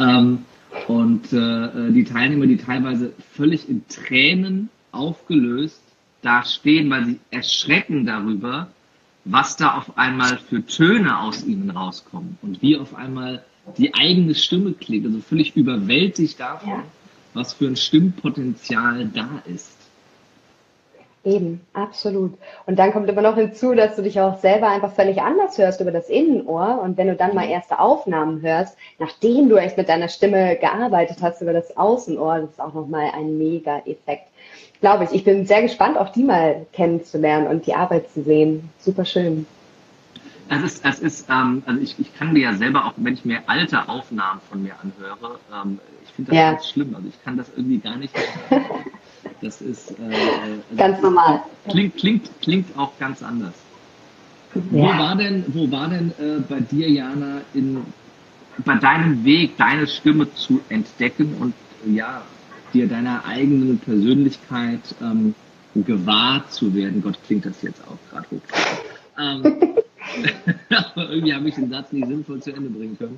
[SPEAKER 1] Die Teilnehmer, die teilweise völlig in Tränen aufgelöst da stehen, weil sie erschrecken darüber, was da auf einmal für Töne aus ihnen rauskommen und wie auf einmal die eigene Stimme klingt, also völlig überwältigt davon, was für ein Stimmpotenzial da ist.
[SPEAKER 2] Eben, absolut. Und dann kommt immer noch hinzu, dass du dich auch selber einfach völlig anders hörst über das Innenohr. Und wenn du dann mal erste Aufnahmen hörst, nachdem du echt mit deiner Stimme gearbeitet hast über das Außenohr, das ist auch nochmal ein Mega-Effekt. Glaube ich. Ich bin sehr gespannt, auch die mal kennenzulernen und die Arbeit zu sehen. Super schön.
[SPEAKER 1] Also ich kann mir ja selber, auch wenn ich mir alte Aufnahmen von mir anhöre, ich finde das ganz schlimm. Also ich kann das irgendwie gar nicht mehr. Das ist
[SPEAKER 2] ganz normal.
[SPEAKER 1] Klingt auch ganz anders. Ja. Wo war denn bei dir, Jana, bei deinem Weg, deine Stimme zu entdecken und dir deiner eigenen Persönlichkeit gewahr zu werden? Gott, klingt das jetzt auch gerade hoch. Aber irgendwie habe ich den Satz nicht sinnvoll zu Ende bringen können.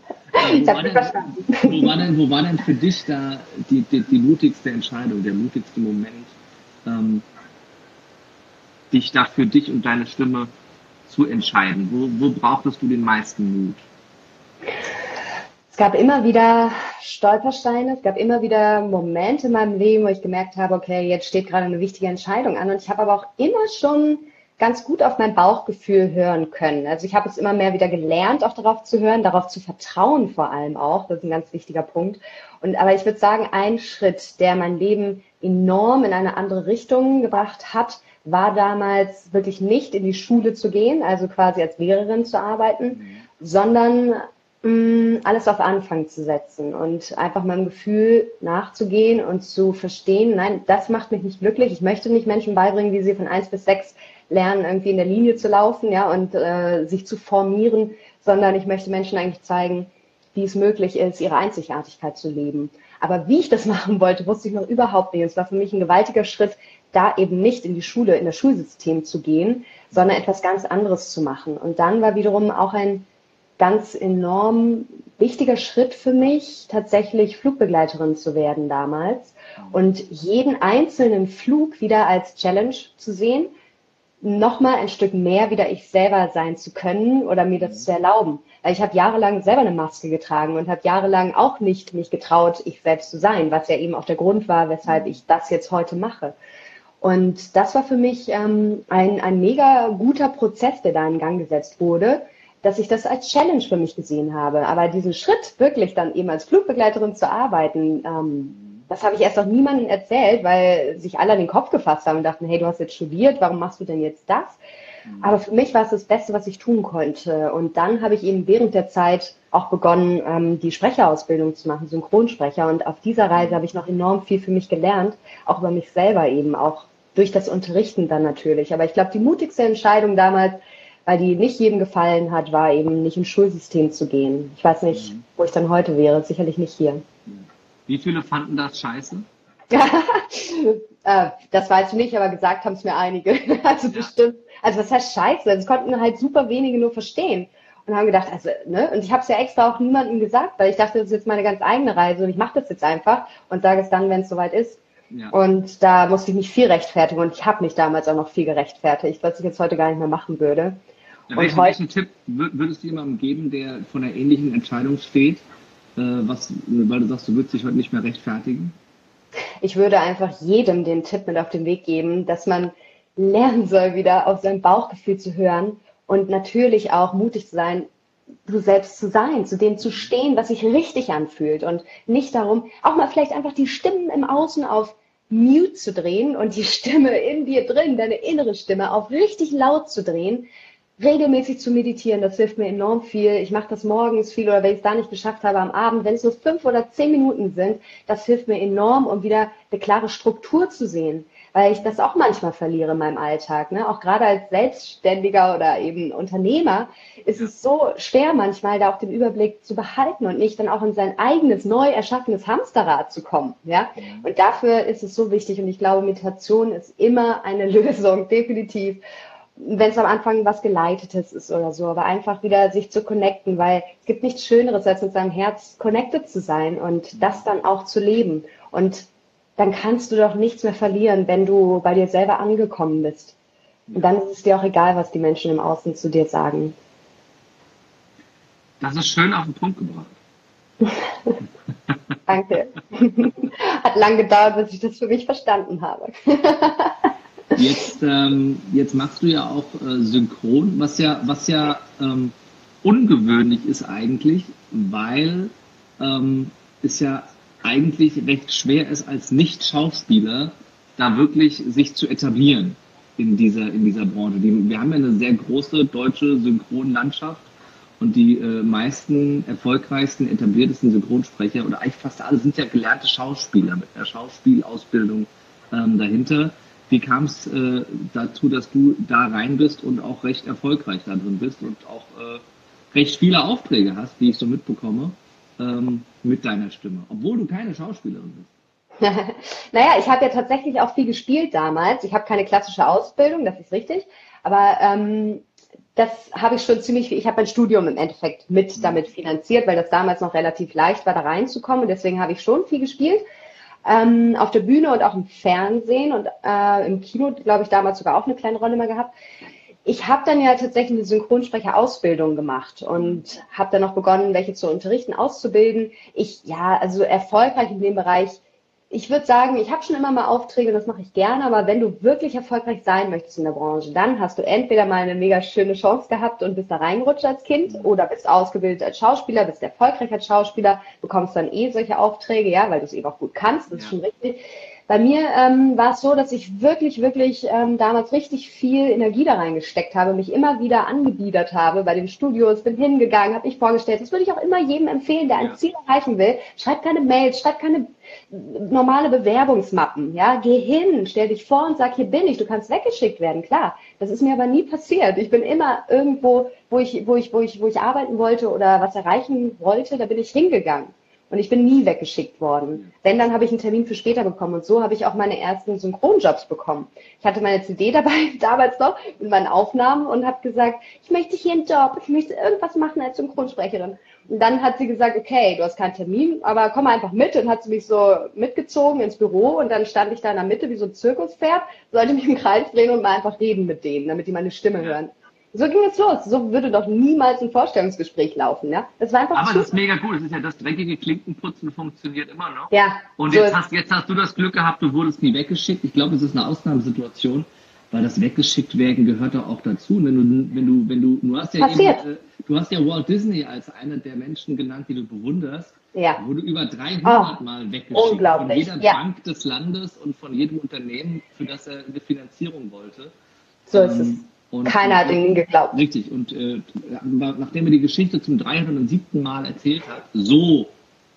[SPEAKER 1] Wo war denn für dich da die mutigste Entscheidung, der mutigste Moment, dich da für dich und deine Stimme zu entscheiden? Wo brauchtest du den meisten Mut?
[SPEAKER 2] Es gab immer wieder Stolpersteine, es gab immer wieder Momente in meinem Leben, wo ich gemerkt habe, okay, jetzt steht gerade eine wichtige Entscheidung an. Und ich habe aber auch immer schon ganz gut auf mein Bauchgefühl hören können. Also ich habe es immer mehr wieder gelernt, auch darauf zu hören, darauf zu vertrauen vor allem auch. Das ist ein ganz wichtiger Punkt. Aber ich würde sagen, ein Schritt, der mein Leben enorm in eine andere Richtung gebracht hat, war damals wirklich nicht in die Schule zu gehen, also quasi als Lehrerin zu arbeiten, sondern alles auf Anfang zu setzen und einfach meinem Gefühl nachzugehen und zu verstehen, nein, das macht mich nicht glücklich. Ich möchte nicht Menschen beibringen, wie sie von 1 bis 6 lernen, irgendwie in der Linie zu laufen, und sich zu formieren, sondern ich möchte Menschen eigentlich zeigen, wie es möglich ist, ihre Einzigartigkeit zu leben. Aber wie ich das machen wollte, wusste ich noch überhaupt nicht. Es war für mich ein gewaltiger Schritt, da eben nicht in die Schule, in das Schulsystem zu gehen, sondern etwas ganz anderes zu machen. Und dann war wiederum auch ein ganz enorm wichtiger Schritt für mich, tatsächlich Flugbegleiterin zu werden damals und jeden einzelnen Flug wieder als Challenge zu sehen, nochmal ein Stück mehr wieder ich selber sein zu können oder mir das zu erlauben. Weil ich habe jahrelang selber eine Maske getragen und habe jahrelang auch nicht mich getraut, ich selbst zu sein, was ja eben auch der Grund war, weshalb ich das jetzt heute mache. Und das war für mich ein mega guter Prozess, der da in Gang gesetzt wurde, dass ich das als Challenge für mich gesehen habe. Aber diesen Schritt, wirklich dann eben als Flugbegleiterin zu arbeiten, das habe ich erst noch niemandem erzählt, weil sich alle an den Kopf gefasst haben und dachten, hey, du hast jetzt studiert, warum machst du denn jetzt das? Aber für mich war es das Beste, was ich tun konnte. Und dann habe ich eben während der Zeit auch begonnen, die Sprecherausbildung zu machen, Synchronsprecher. Und auf dieser Reise habe ich noch enorm viel für mich gelernt, auch über mich selber eben, auch durch das Unterrichten dann natürlich. Aber ich glaube, die mutigste Entscheidung damals, weil die nicht jedem gefallen hat, war eben nicht ins Schulsystem zu gehen. Ich weiß nicht, wo ich dann heute wäre, sicherlich nicht hier.
[SPEAKER 1] Wie viele fanden das scheiße?
[SPEAKER 2] Das weiß ich nicht, aber gesagt haben es mir einige. Also bestimmt, also was heißt scheiße? Das konnten halt super wenige nur verstehen. Und haben gedacht, also, ne? Und ich habe es ja extra auch niemandem gesagt, weil ich dachte, das ist jetzt meine ganz eigene Reise und ich mache das jetzt einfach und sage es dann, wenn es soweit ist. Ja. Und da musste ich mich viel rechtfertigen und ich habe mich damals auch noch viel gerechtfertigt, was ich jetzt heute gar nicht mehr machen würde.
[SPEAKER 1] Ja, welchen Tipp würdest du jemandem geben, der von einer ähnlichen Entscheidung steht, weil du sagst, du würdest dich heute nicht mehr rechtfertigen?
[SPEAKER 2] Ich würde einfach jedem den Tipp mit auf den Weg geben, dass man lernen soll, wieder auf sein Bauchgefühl zu hören und natürlich auch mutig zu sein, du selbst zu sein, zu dem zu stehen, was sich richtig anfühlt und nicht darum, auch mal vielleicht einfach die Stimmen im Außen auf Mute zu drehen und die Stimme in dir drin, deine innere Stimme auf richtig laut zu drehen, regelmäßig zu meditieren, das hilft mir enorm viel. Ich mache das morgens viel oder wenn ich es da nicht geschafft habe, am Abend, wenn es nur 5 oder 10 Minuten sind, das hilft mir enorm, um wieder eine klare Struktur zu sehen, weil ich das auch manchmal verliere in meinem Alltag. Ne? Auch gerade als Selbstständiger oder eben Unternehmer ist es so schwer manchmal, da auch den Überblick zu behalten und nicht dann auch in sein eigenes, neu erschaffenes Hamsterrad zu kommen. Ja? Und dafür ist es so wichtig und ich glaube, Meditation ist immer eine Lösung, definitiv. Wenn es am Anfang was Geleitetes ist oder so, aber einfach wieder sich zu connecten, weil es gibt nichts Schöneres, als mit seinem Herz connected zu sein und das dann auch zu leben. Und dann kannst du doch nichts mehr verlieren, wenn du bei dir selber angekommen bist. Und dann ist es dir auch egal, was die Menschen im Außen zu dir sagen.
[SPEAKER 1] Das ist schön auf den Punkt gebracht.
[SPEAKER 2] Danke. Hat lang gedauert, bis ich das für mich verstanden habe.
[SPEAKER 1] Jetzt machst du ja auch Synchron, was ja ungewöhnlich ist eigentlich, weil es ja eigentlich recht schwer ist, als Nicht-Schauspieler da wirklich sich zu etablieren in dieser Branche. Wir haben ja eine sehr große deutsche Synchronlandschaft und die meisten erfolgreichsten, etabliertesten Synchronsprecher oder eigentlich fast alle sind ja gelernte Schauspieler mit einer Schauspielausbildung dahinter. Wie kam es dazu, dass du da rein bist und auch recht erfolgreich da drin bist und auch recht viele Aufträge hast, die ich so mitbekomme, mit deiner Stimme, obwohl du keine Schauspielerin bist?
[SPEAKER 2] Naja, ich habe ja tatsächlich auch viel gespielt damals. Ich habe keine klassische Ausbildung, das ist richtig, aber das habe ich schon ziemlich viel. Ich habe mein Studium im Endeffekt mit damit finanziert, weil das damals noch relativ leicht war, da reinzukommen und deswegen habe ich schon viel gespielt. Auf der Bühne und auch im Fernsehen und im Kino, glaube ich, damals sogar auch eine kleine Rolle mal gehabt. Ich habe dann ja tatsächlich eine Synchronsprecherausbildung gemacht und habe dann noch begonnen, welche zu unterrichten, auszubilden. Also erfolgreich in dem Bereich. Ich würde sagen, ich habe schon immer mal Aufträge, das mache ich gerne, aber wenn du wirklich erfolgreich sein möchtest in der Branche, dann hast du entweder mal eine mega schöne Chance gehabt und bist da reingerutscht als Kind oder bist ausgebildet als Schauspieler, bist erfolgreich als Schauspieler, bekommst dann solche Aufträge, ja, weil du es eben auch gut kannst, das ist schon richtig. Bei mir war es so, dass ich wirklich damals richtig viel Energie da reingesteckt habe, mich immer wieder angebiedert habe bei den Studios, bin hingegangen, habe mich vorgestellt. Das würde ich auch immer jedem empfehlen, der ein Ziel erreichen will. Schreib keine Mails, schreib keine normale Bewerbungsmappen. Ja, geh hin, stell dich vor und sag, hier bin ich. Du kannst weggeschickt werden, klar. Das ist mir aber nie passiert. Ich bin immer irgendwo, wo ich arbeiten wollte oder was erreichen wollte, da bin ich hingegangen. Und ich bin nie weggeschickt worden. Wenn, dann habe ich einen Termin für später bekommen. Und so habe ich auch meine ersten Synchronjobs bekommen. Ich hatte meine CD dabei, damals noch, mit meinen Aufnahmen und habe gesagt, ich möchte hier einen Job, ich möchte irgendwas machen als Synchronsprecherin. Und dann hat sie gesagt, okay, du hast keinen Termin, aber komm einfach mit. Und hat sie mich so mitgezogen ins Büro und dann stand ich da in der Mitte wie so ein Zirkuspferd, sollte mich im Kreis drehen und mal einfach reden mit denen, damit die meine Stimme hören. So ging es los. So würde doch niemals ein Vorstellungsgespräch laufen, ja? Das war einfach.
[SPEAKER 1] Aber das ist mega cool. Das ist ja das dreckige Klinkenputzen funktioniert immer noch.
[SPEAKER 2] Ja.
[SPEAKER 1] Und jetzt hast du das Glück gehabt, du wurdest nie weggeschickt. Ich glaube, es ist eine Ausnahmesituation, weil das weggeschickt werden gehört da auch dazu. Du hast ja du hast ja Walt Disney als einer der Menschen genannt, die du bewunderst. Ja. Wurde über 300 Mal weggeschickt.
[SPEAKER 2] Unglaublich.
[SPEAKER 1] Von jeder Bank des Landes und von jedem Unternehmen, für das er eine Finanzierung wollte.
[SPEAKER 2] So ist es. Keiner hat ihnen geglaubt.
[SPEAKER 1] Richtig. Und nachdem er die Geschichte zum 307. Mal erzählt hat, so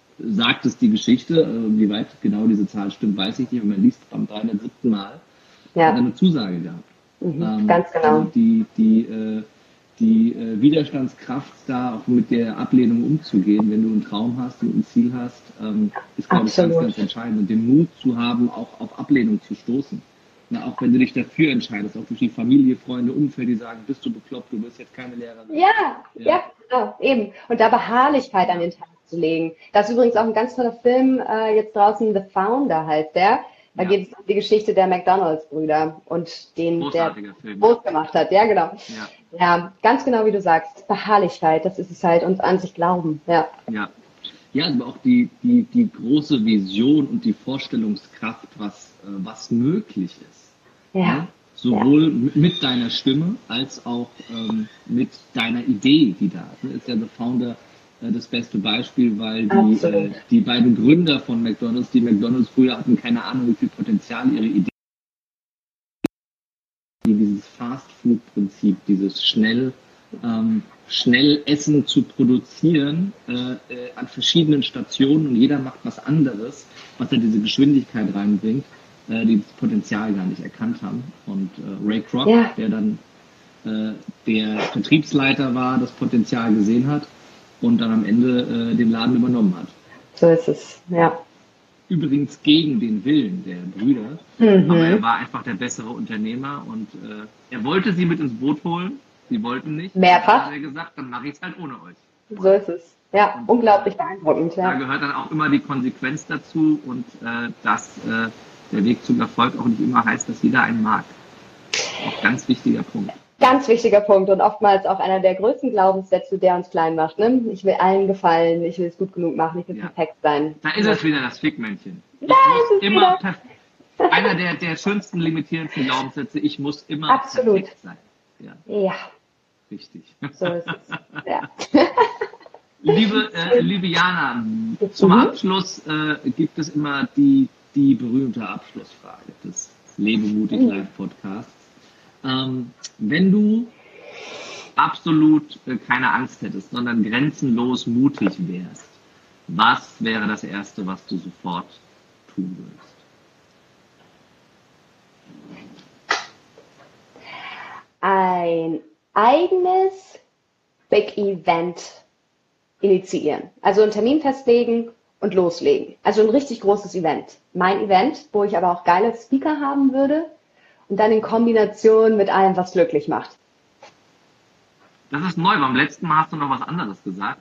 [SPEAKER 1] sagt es die Geschichte, wie weit genau diese Zahl stimmt, weiß ich nicht, aber man liest beim 307. Mal,
[SPEAKER 2] Ja.
[SPEAKER 1] Hat er eine Zusage gehabt.
[SPEAKER 2] Ganz genau.
[SPEAKER 1] Also die Widerstandskraft, da auch mit der Ablehnung umzugehen, wenn du einen Traum hast und ein Ziel hast, ist, glaube ich, ganz, ganz entscheidend. Und den Mut zu haben, auch auf Ablehnung zu stoßen. Na, auch wenn du dich dafür entscheidest, auch durch die Familie, Freunde, Umfeld, die sagen, bist du bekloppt, du bist jetzt keine Lehrerin.
[SPEAKER 2] Ja, genau, eben. Und da Beharrlichkeit an den Tag zu legen. Das ist übrigens auch ein ganz toller Film, jetzt draußen, The Founder heißt der. Da geht es um die Geschichte der McDonalds-Brüder und den, der groß gemacht hat. Ja, genau. Ja, ganz genau wie du sagst. Beharrlichkeit, das ist es halt, und an sich glauben. Ja,
[SPEAKER 1] aber auch die große Vision und die Vorstellungskraft, was möglich ist. Ja? Sowohl mit deiner Stimme als auch mit deiner Idee, die da ist. Ist ja The Founder das beste Beispiel, weil die beiden Gründer von McDonalds, die McDonalds früher hatten, keine Ahnung, wie viel Potenzial ihre Idee, dieses Fast-Food-Prinzip, dieses schnell Essen zu produzieren an verschiedenen Stationen, und jeder macht was anderes, was da diese Geschwindigkeit reinbringt, die das Potenzial gar nicht erkannt haben. Und Ray Kroc, der dann der Vertriebsleiter war, das Potenzial gesehen hat und dann am Ende den Laden übernommen hat.
[SPEAKER 2] So ist es, ja.
[SPEAKER 1] Übrigens gegen den Willen der Brüder, aber er war einfach der bessere Unternehmer und er wollte sie mit ins Boot holen, sie wollten nicht.
[SPEAKER 2] Mehrfach.
[SPEAKER 1] Dann hat er gesagt, dann mache ich es halt ohne euch.
[SPEAKER 2] So ist es, ja, und unglaublich beeindruckend.
[SPEAKER 1] Da gehört dann auch immer die Konsequenz dazu und dass der Weg zum Erfolg auch nicht immer heißt, dass jeder einen mag. Auch ganz wichtiger Punkt.
[SPEAKER 2] Ganz wichtiger Punkt und oftmals auch einer der größten Glaubenssätze, der uns klein macht. Ne? Ich will allen gefallen, ich will es gut genug machen, ich will perfekt sein.
[SPEAKER 1] Da ist es wieder, das Fickmännchen. Einer der schönsten, limitierendsten Glaubenssätze, ich muss immer perfekt sein.
[SPEAKER 2] Ja.
[SPEAKER 1] Richtig.
[SPEAKER 2] So ist es. Ja.
[SPEAKER 1] Liebe Jana, zum Abschluss gibt es immer die berühmte Abschlussfrage des Lebe mutig Live Podcasts. Wenn du absolut keine Angst hättest, sondern grenzenlos mutig wärst, was wäre das Erste, was du sofort tun würdest?
[SPEAKER 2] Ein eigenes Big Event initiieren. Also einen Termin festlegen und loslegen. Also ein richtig großes Event. Mein Event, wo ich aber auch geile Speaker haben würde. Und dann in Kombination mit allem, was glücklich macht.
[SPEAKER 1] Das ist neu. Beim letzten Mal hast du noch was anderes gesagt.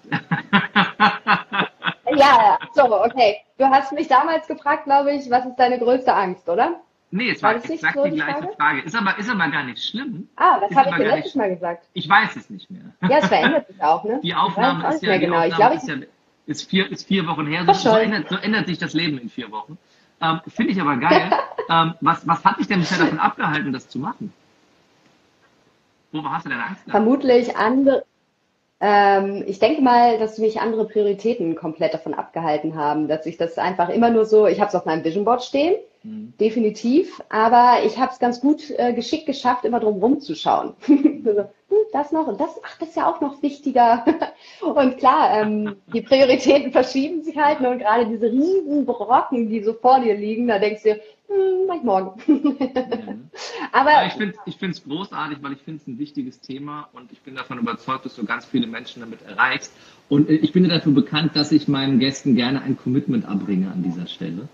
[SPEAKER 2] Ja, so, okay. Du hast mich damals gefragt, glaube ich, was ist deine größte Angst, oder?
[SPEAKER 1] Nee, es war exakt so die gleiche Frage. Ist aber gar nicht schlimm.
[SPEAKER 2] Was habe ich dir letztes Mal gesagt?
[SPEAKER 1] Ich weiß es nicht mehr.
[SPEAKER 2] Ja, es verändert sich auch, ne?
[SPEAKER 1] Die Aufnahme ist ja,
[SPEAKER 2] genau.
[SPEAKER 1] Ist 4 Wochen her. So ändert sich das Leben in 4 Wochen. Finde ich aber geil. Was hat dich denn bisher davon abgehalten, das zu machen? Wovor hast du denn Angst?
[SPEAKER 2] Vermutlich andere. Ich denke mal, dass mich andere Prioritäten komplett davon abgehalten haben, dass ich das einfach immer nur so, ich habe es auf meinem Vision Board stehen, definitiv, aber ich habe es ganz gut geschickt geschafft, immer drum rumzuschauen. Das noch und das, das ist ja auch noch wichtiger. Und klar, die Prioritäten verschieben sich halt, ne, und gerade diese riesen Brocken, die so vor dir liegen, da denkst du dir, mach ich morgen. Aber
[SPEAKER 1] ich finde es großartig, weil ich finde es ein wichtiges Thema und ich bin davon überzeugt, dass du ganz viele Menschen damit erreichst. Und ich bin dafür bekannt, dass ich meinen Gästen gerne ein Commitment abbringe an dieser Stelle.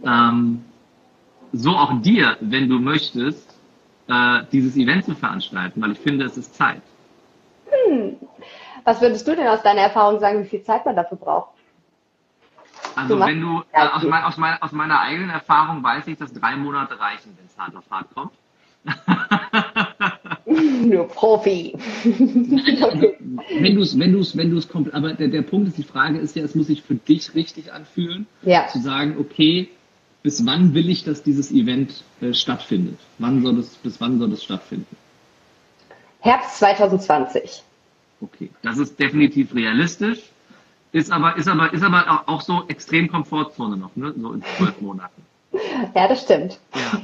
[SPEAKER 1] So auch dir, wenn du möchtest, dieses Event zu veranstalten, weil ich finde, es ist Zeit.
[SPEAKER 2] Was würdest du denn aus deiner Erfahrung sagen, wie viel Zeit man dafür braucht?
[SPEAKER 1] Also wenn du, aus meiner eigenen Erfahrung weiß ich, dass 3 Monate reichen, wenn es hart auf hart kommt.
[SPEAKER 2] Nur Profi.
[SPEAKER 1] Okay. Wenn du es kommt, aber der Punkt ist, die Frage ist ja, es muss sich für dich richtig anfühlen, zu sagen, okay, bis wann will ich, dass dieses Event stattfindet? Bis wann soll es stattfinden?
[SPEAKER 2] Herbst 2020.
[SPEAKER 1] Okay, das ist definitiv realistisch, ist aber auch so extrem Komfortzone noch, ne? So in 12 Monaten.
[SPEAKER 2] Ja, das stimmt.
[SPEAKER 1] Ja.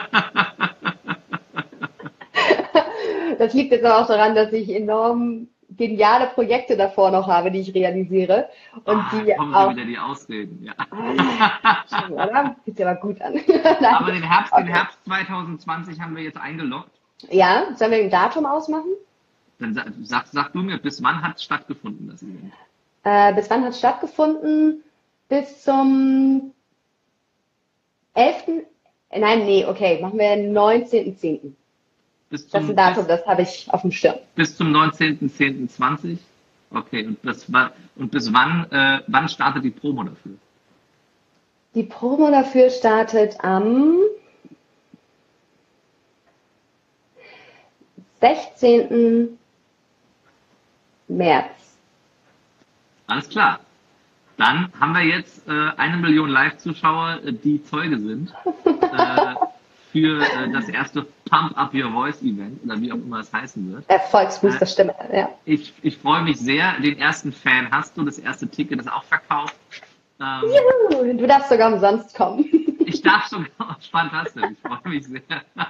[SPEAKER 2] Das liegt jetzt aber auch daran, dass ich enorm geniale Projekte davor noch habe, die ich realisiere. Und die
[SPEAKER 1] kommen
[SPEAKER 2] auch.
[SPEAKER 1] Sie wieder die Ausreden, ja.
[SPEAKER 2] Schön, oder? Sieht aber gut an. Nein.
[SPEAKER 1] Aber den Herbst
[SPEAKER 2] Okay.
[SPEAKER 1] 2020 haben wir jetzt eingeloggt.
[SPEAKER 2] Ja, sollen wir ein Datum ausmachen?
[SPEAKER 1] Dann sag du mir, bis wann hat es stattgefunden, das Event?
[SPEAKER 2] Bis wann hat es stattgefunden? Bis zum 11. Nein, nee, okay, machen wir 19.10. Das ist ein Datum, das habe ich auf dem Schirm.
[SPEAKER 1] Bis zum 19.10.20. Okay, und bis wann startet die Promo dafür?
[SPEAKER 2] Die Promo dafür startet am 16. März.
[SPEAKER 1] Alles klar. Dann haben wir jetzt 1 Million Live-Zuschauer, die Zeuge sind für das erste Pump Up Your Voice Event oder wie auch immer es heißen wird.
[SPEAKER 2] Erfolgsbooster Stimme, ja.
[SPEAKER 1] Ich freue mich sehr. Den ersten Fan hast du, das erste Ticket ist auch verkauft.
[SPEAKER 2] Juhu, du darfst sogar umsonst kommen.
[SPEAKER 1] Ich darf sogar, fantastisch, ich freue mich sehr.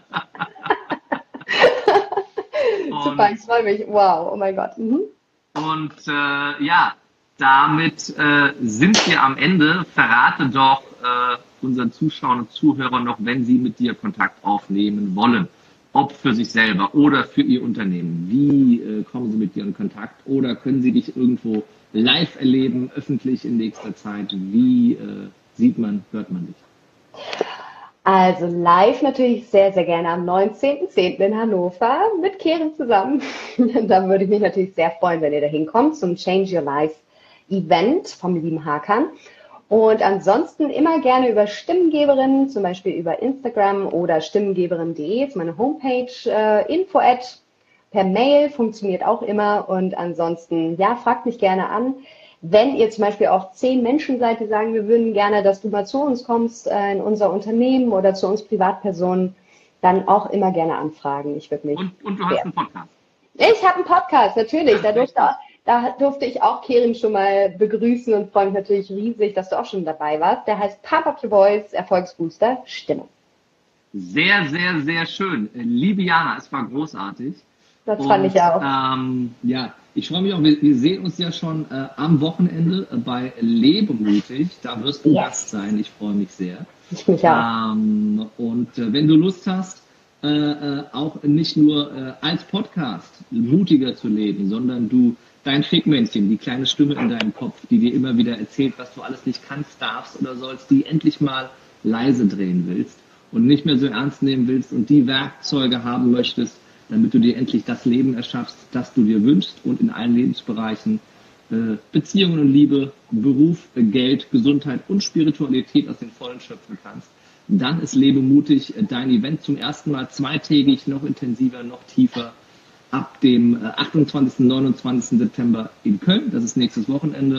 [SPEAKER 2] Super, ich freue mich. Wow, oh mein Gott. Mhm.
[SPEAKER 1] Und ja, damit sind wir am Ende. Verrate doch unseren Zuschauern und Zuhörern noch, wenn sie mit dir Kontakt aufnehmen wollen, ob für sich selber oder für ihr Unternehmen. Wie kommen sie mit dir in Kontakt oder können sie dich irgendwo live erleben, öffentlich in nächster Zeit? Wie sieht man, hört man dich?
[SPEAKER 2] Also live natürlich sehr, sehr gerne am 19.10. in Hannover mit Keren zusammen. Da würde ich mich natürlich sehr freuen, wenn ihr da hinkommt zum Change Your Life Event vom lieben Hakan. Und ansonsten immer gerne über Stimmengeberinnen, zum Beispiel über Instagram oder stimmengeberin.de ist meine Homepage, info@ per Mail funktioniert auch immer. Und ansonsten, ja, fragt mich gerne an. Wenn ihr zum Beispiel auch 10 Menschen seid, die sagen, wir würden gerne, dass du mal zu uns kommst in unser Unternehmen oder zu uns Privatpersonen, dann auch immer gerne anfragen. Ich würde mich.
[SPEAKER 1] Und du hast einen Podcast.
[SPEAKER 2] Ich habe einen Podcast, natürlich. Da durfte ich auch Kerim schon mal begrüßen und freue mich natürlich riesig, dass du auch schon dabei warst. Der heißt Pump Up Your Voice, Erfolgsbooster Stimme.
[SPEAKER 1] Sehr, sehr, sehr schön. Liebe Jana, es war großartig.
[SPEAKER 2] Das fand ich auch.
[SPEAKER 1] Ja, ich freue mich auch. Wir sehen uns ja schon am Wochenende bei Lebemutig. Da wirst du Gast sein. Ich freue mich sehr.
[SPEAKER 2] Ich mich auch.
[SPEAKER 1] Und wenn du Lust hast, auch nicht nur als Podcast mutiger zu leben, sondern du dein Schickmännchen, die kleine Stimme in deinem Kopf, die dir immer wieder erzählt, was du alles nicht kannst, darfst oder sollst, die endlich mal leise drehen willst und nicht mehr so ernst nehmen willst und die Werkzeuge haben möchtest, damit du dir endlich das Leben erschaffst, das du dir wünschst und in allen Lebensbereichen Beziehungen und Liebe, Beruf, Geld, Gesundheit und Spiritualität aus den Vollen schöpfen kannst, dann ist Lebe mutig dein Event zum ersten Mal zweitägig, noch intensiver, noch tiefer, ab dem 28. und 29. September in Köln. Das ist nächstes Wochenende.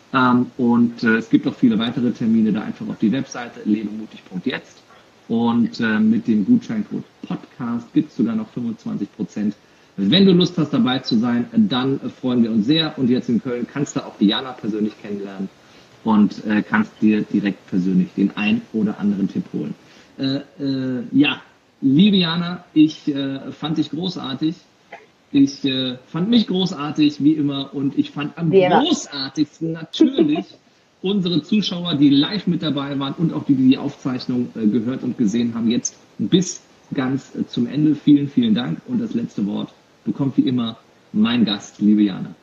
[SPEAKER 1] Und es gibt auch viele weitere Termine, da einfach auf die Webseite lebemutig.jetzt. Und mit dem Gutscheincode Podcast gibt es sogar noch 25%. Wenn du Lust hast, dabei zu sein, dann freuen wir uns sehr. Und jetzt in Köln kannst du auch Diana persönlich kennenlernen und kannst dir direkt persönlich den ein oder anderen Tipp holen. Ja, liebe Jana, ich fand dich großartig. Ich fand mich großartig, wie immer, und ich fand am großartigsten natürlich unsere Zuschauer, die live mit dabei waren und auch die Aufzeichnung gehört und gesehen haben, jetzt bis ganz zum Ende. Vielen, vielen Dank. Und das letzte Wort bekommt wie immer mein Gast, liebe Jana.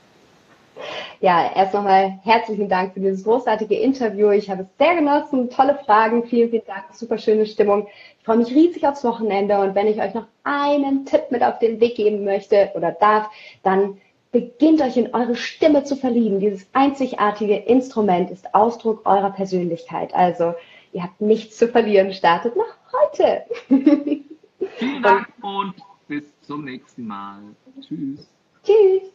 [SPEAKER 2] Ja, erst nochmal herzlichen Dank für dieses großartige Interview. Ich habe es sehr genossen, tolle Fragen, vielen, vielen Dank, super schöne Stimmung. Ich freue mich riesig aufs Wochenende und wenn ich euch noch einen Tipp mit auf den Weg geben möchte oder darf, dann beginnt euch in eure Stimme zu verlieben. Dieses einzigartige Instrument ist Ausdruck eurer Persönlichkeit. Also ihr habt nichts zu verlieren, startet noch heute.
[SPEAKER 1] Vielen Dank und bis zum nächsten Mal. Tschüss.
[SPEAKER 2] Tschüss.